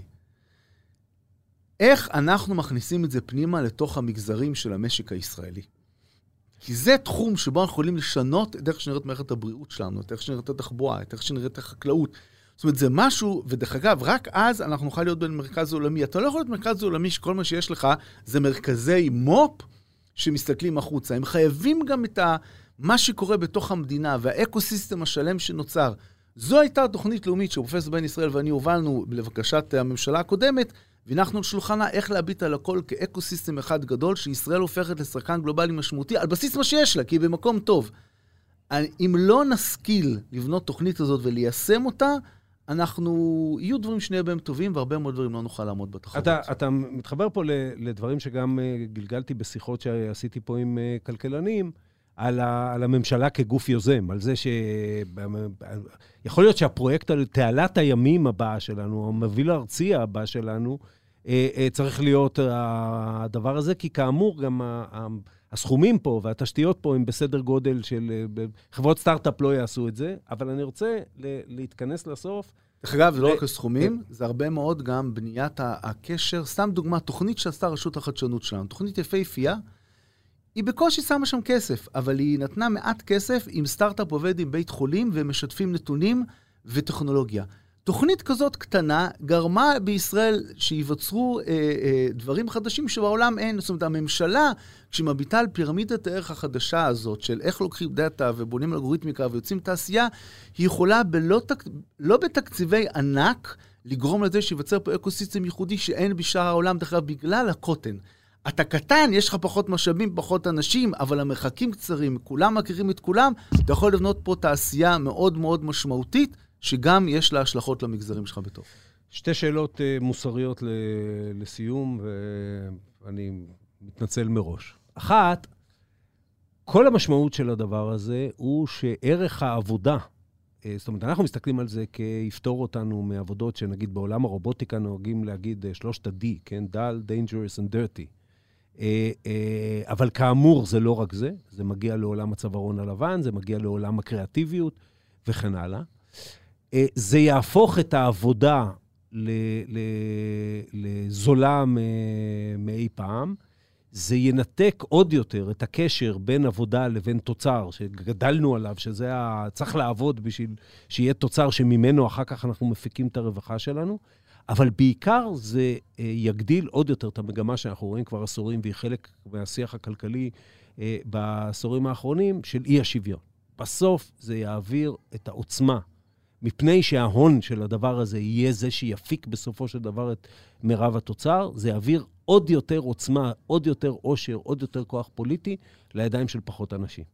C: איך אנחנו מכניסים את זה פנימה לתוך המגזרים של המשק הישראלי? כי זה תחום שבו אנחנו יכולים לשנות את איך שנראית מערכת הבריאות שלנו, את איך שנראית התחבורה, את איך שנראית החקלאות. זאת אומרת, זה משהו, ודרך אגב, רק אז אנחנו נוכל להיות במרכז העולמי. אתה לא יכול להיות במרכז העולמי שכל מה שיש לך זה מרכזי מו"פ שמסתכלים החוצה. הם חייבים גם את מה שקורה בתוך המדינה והאקוסיסטם השלם שנוצר. זו הייתה תוכנית לאומית שפרופסור בן ישראל ואני הובלנו לבקשת הממשלה הקודמת, ואנחנו על שולחנה איך להביט על הכל כאקוסיסטם אחד גדול, שישראל הופכת לשחקן גלובלי משמעותי, על בסיס מה שיש לה, כי היא במקום טוב. אם לא נשכיל לבנות תוכנית הזאת וליישם אותה, יהיו דברים שנהיה בהם טובים, והרבה מאוד דברים לא נוכל לעמוד בתחרות.
A: אתה מתחבר פה לדברים שגם גלגלתי בשיחות שעשיתי פה עם כלכלנים, על הממשלה כגוף יוזם, על זה יכול להיות שהפרויקט על תעלת הימים הבאה שלנו, המוביל הארצי הבא שלנו, צריך להיות הדבר הזה, כי כאמור גם הסכומים פה והתשתיות פה הם בסדר גודל של חברות סטארט-אפ לא יעשו את זה, אבל אני רוצה להתכנס לסוף.
C: אגב, זה לא רק הסכומים, זה הרבה מאוד גם בניית הקשר. סתם דוגמה, תוכנית שעשתה רשות החדשנות שלנו, תוכנית יפהפייה, היא בקושי שמה שם כסף, אבל היא נתנה מעט כסף עם סטארט-אפ עובד עם בית חולים ומשתפים נתונים וטכנולוגיה. תוכנית כזאת קטנה גרמה בישראל שיווצרו דברים חדשים שבעולם אין. זאת אומרת, הממשלה, כשמביטה על פירמידת הערך החדשה הזאת, של איך לוקחים דאטה ובונים אלגוריתמיקה ויוצאים תעשייה, היא יכולה לא בתקציבי ענק לגרום לזה שיווצר פה אקוסיסטם ייחודי שאין בשאר העולם, דרך אגב, בגלל הקוטן. אתה קטן, יש לך פחות משאבים, פחות אנשים, אבל המרחקים קצרים, כולם מכירים את כולם, אתה יכול לבנות פה תעשייה מאוד מאוד משמעותית, שגם יש לה השלכות למגזרים שלך בתוך.
A: שתי שאלות מוסריות לסיום, ואני מתנצל מראש. אחת, כל המשמעות של הדבר הזה הוא שערך העבודה, זאת אומרת, אנחנו מסתכלים על זה כיפתור אותנו מעבודות שנגיד בעולם הרובוטיקה נוהגים להגיד 3D, כן? דל, dangerous and dirty. אבל כאמור זה לא רק זה, זה מגיע לעולם הצווארון הלבן, זה מגיע לעולם הקריאטיביות וכן הלאה. זה יהפוך את העבודה לזולה מאי פעם, זה ינתק עוד יותר את הקשר בין עבודה לבין תוצר, שגדלנו עליו, שזה צריך לעבוד בשביל שיהיה תוצר שממנו אחר כך אנחנו מפיקים את הרווחה שלנו, אבל בעיקר זה יגדיל עוד יותר את המגמה שאנחנו רואים כבר עשורים, והיא חלק מהשיח הכלכלי בעשורים האחרונים של אי השוויון. בסוף זה יעביר את העוצמה, מפני שההון של הדבר הזה יהיה זה שיפיק בסופו של דבר את מרב התוצר, זה יעביר עוד יותר עוצמה, עוד יותר עושר, עוד יותר כוח פוליטי לידיים של פחות אנשים.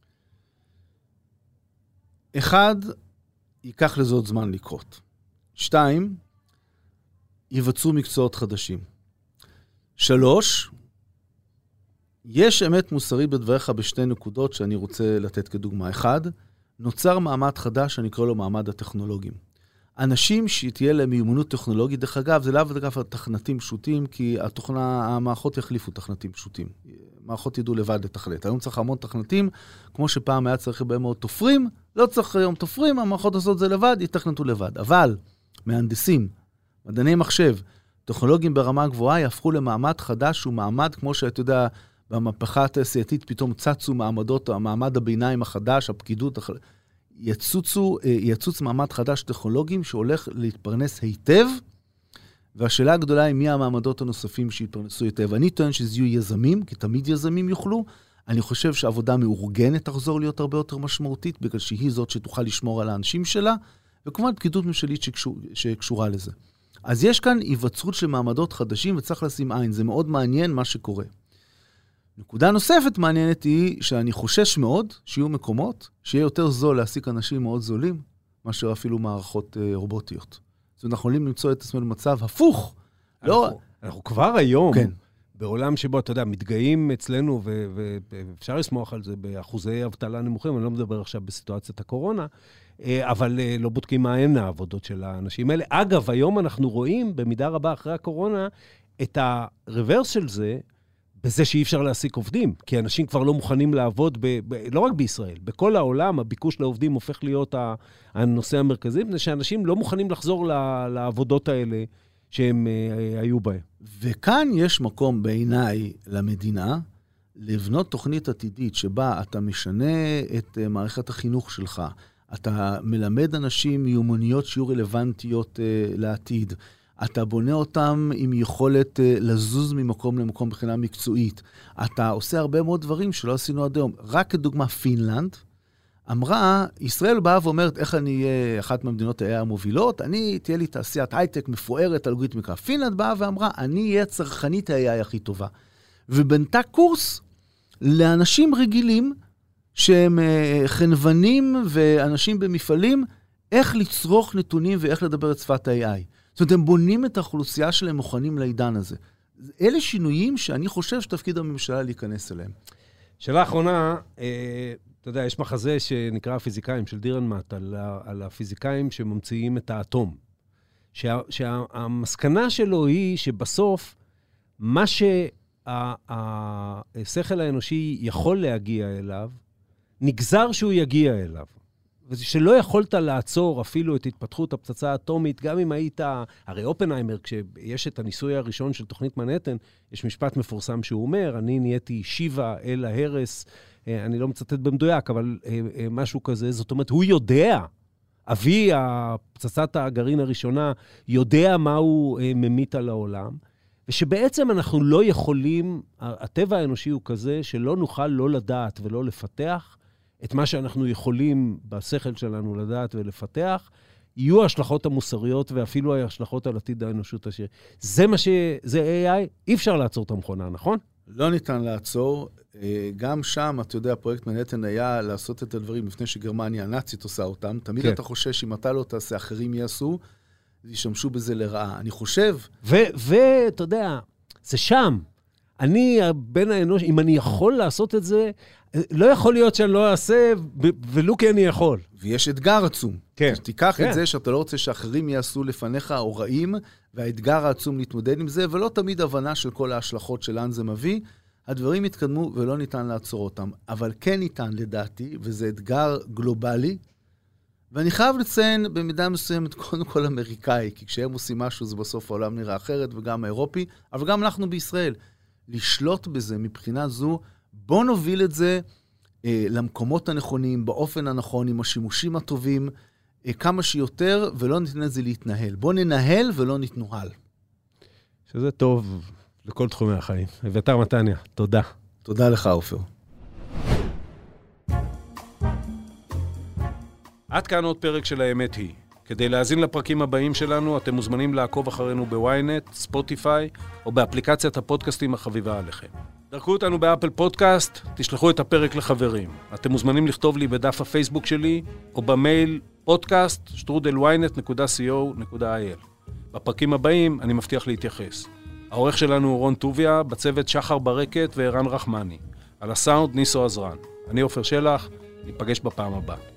C: אחד, ייקח לזה עוד זמן לקרות. 2, יבצעו מקצועות חדשים. 3, יש אמת מוסרית בדבריך בשתי נקודות שאני רוצה לתת כדוגמה. 1, נוצר מעמד חדש שאני קורא לו מעמד הטכנולוגים. אנשים שתהיה להם מיומנות טכנולוגית, דרך אגב, זה לאו דווקא תכנתים פשוטים, כי המערכות יחליפו תכנתים פשוטים. מערכות ידעו לבד לתכנת. היום צריך המון תכנתים, כמו שפעם היה צריך הרבה מאוד תופרים, לא צריך היום תופרים, המערכות עושות זה לבד, יתכנתו לבד. אבל מהנדסים, מדעני מחשב, טכנולוגים ברמה גבוהה, יהפכו למעמד חדש, שהוא מעמד, כמו שאתה יודע, במהפכה התעשייתית פתאום צצו מעמדות, המעמד הביניים החדש, הפקידות, יצוץ מעמד חדש טכנולוגים שהולך להתפרנס היטב, והשאלה הגדולה היא מי המעמדות הנוספים שיתפרנסו היטב. אני טוען שזה יהיו יזמים, כי תמיד יזמים יוכלו. אני חושב שעבודה מאורגנת תחזור להיות הרבה יותר משמעותית, בגלל שהיא זאת שתוכל לשמור על האנשים שלה, וכמובן פקידות ממשלית שקשורה לזה. אז יש כאן היווצרות של מעמדות חדשים, וצריך לשים עין. זה מאוד מעניין מה שקורה. נקודה נוספת מעניינת היא שאני חושש מאוד שיהיו מקומות שיהיה יותר זול להעסיק אנשים מאוד זולים, מאשר אפילו מערכות רובוטיות. אז אנחנו יכולים למצוא את עצמנו במצב הפוך.
A: אנחנו כבר היום, בעולם שבו, אתה יודע, מתגאים אצלנו, ואפשר לסמוך על זה באחוזי אבטלה נמוכים, אני לא מדבר עכשיו בסיטואציית הקורונה, אבל לא בודקים מה הן העבודות של האנשים האלה. אגב, היום אנחנו רואים, במידה רבה אחרי הקורונה, את הרוורס של זה, בזה שאי אפשר להעסיק עובדים, כי אנשים כבר לא מוכנים לעבוד, לא רק בישראל, בכל העולם, הביקוש לעובדים הופך להיות הנושא המרכזי, מפני שאנשים לא מוכנים לחזור לעבודות האלה שהם היו בהם.
C: וכאן יש מקום בעיניי למדינה, לבנות תוכנית עתידית שבה אתה משנה את מערכת החינוך שלך, אתה מלמד אנשים מיומנויות שיהיו רלוונטיות לעתיד, אתה בונה אותם עם יכולת לזוז ממקום למקום מבחינה מקצועית. אתה עושה הרבה מאוד דברים שלא עשינו עד היום. רק כדוגמה פינלנד, אמרה, ישראל באה ואומרת, איך אני אהיה אחת מהמדינות המובילות, תהיה לי תעשיית הייטק מפוארת, אלגוריתמיקה. פינלנד באה ואמרה, אני אהיה צרכנית ה-AI הכי טובה. ובנתה קורס לאנשים רגילים, שהם חנוונים ואנשים במפעלים, איך לצרוך נתונים ואיך לדבר את שפת ה-AI. זאת אומרת, הם בונים את האוכלוסייה שלהם מוכנים לעידן הזה. אלה שינויים שאני חושב שתפקיד הממשלה להיכנס אליהם.
A: שאלה האחרונה, אתה יודע, יש מחזה שנקרא הפיזיקאים של דירנמט, על הפיזיקאים שממציאים את האטום. שהמסקנה שלו היא שבסוף, מה שהשכל האנושי יכול להגיע אליו, נגזר שהוא יגיע אליו. ושלא יכולת לעצור אפילו את התפתחות הפצצה האטומית, גם אם היית, הרי אופנהיימר, כשיש את הניסוי הראשון של תוכנית מנהטן, יש משפט מפורסם שהוא אומר, אני נהייתי שיבה אל ההרס, אני לא מצטט במדויק, אבל משהו כזה, זאת אומרת, הוא יודע, אבי הפצצת הגרעין הראשונה, יודע מה הוא ממית על העולם, ושבעצם אנחנו לא יכולים, הטבע האנושי הוא כזה, שלא נוכל לא לדעת ולא לפתח, את מה שאנחנו יכולים בשכל שלנו לדעת ולפתח, יהיו ההשלכות המוסריות ואפילו ההשלכות על עתיד האנושות אשר. זה מה זה AI, אי אפשר לעצור את המכונה, נכון?
C: לא ניתן לעצור. גם שם, אתה יודע, הפרויקט מנהטן היה לעשות את הדברים לפני שגרמניה הנאצית עושה אותם. תמיד אתה חושש אם אתה לא תעשה, אחרים יעשו, ישמשו בזה לרעה. אני חושב...
A: ואתה יודע, זה שם. אני, בין האנוש, אם אני יכול לעשות את זה, לא יכול להיות שאני לא אעשה, ולו כי אני יכול.
C: ויש אתגר עצום.
A: כן.
C: תיקח את זה שאתה לא רוצה שאחרים יעשו לפניך או רעים, והאתגר העצום להתמודד עם זה, ולא תמיד הבנה של כל ההשלכות שלאן זה מביא. הדברים התקדמו ולא ניתן לעצור אותם. אבל כן ניתן לדעתי, וזה אתגר גלובלי, ואני חייב לציין במידה מסוימת קודם כל אמריקאי, כי כשהם עושים משהו זה בסוף העולם נראה אחרת, וגם האירופי, אבל גם אנחנו בישראל. לשלוט בזה מבחינה זו, בוא נוביל את זה למקומות הנכונים, באופן הנכון, עם השימושים הטובים, כמה שיותר, ולא ניתן את זה להתנהל. בוא ננהל ולא נתנוהל.
A: שזה טוב לכל תחומי החיים. אביתר מתניה, תודה.
C: תודה לך, עופר.
A: עד כאן עוד פרק של האמת היא. כדי להאזין לפרקים הבאים שלנו, אתם מוזמנים לעקוב אחרינו בוויינט, ספוטיפיי, או באפליקציית הפודקאסטים החביבה עליכם. דרכו אותנו באפל פודקאסט, תשלחו את הפרק לחברים. אתם מוזמנים לכתוב לי בדף הפייסבוק שלי, או במייל podcast@ynet.co.il. בפרקים הבאים אני מבטיח להתייחס. העורך שלנו הוא רון טוביה, בצוות שחר ברקת וערן רחמני. על הסאונד ניסו עזרן. אני עופר שלח, ניפגש בפעם הבאה.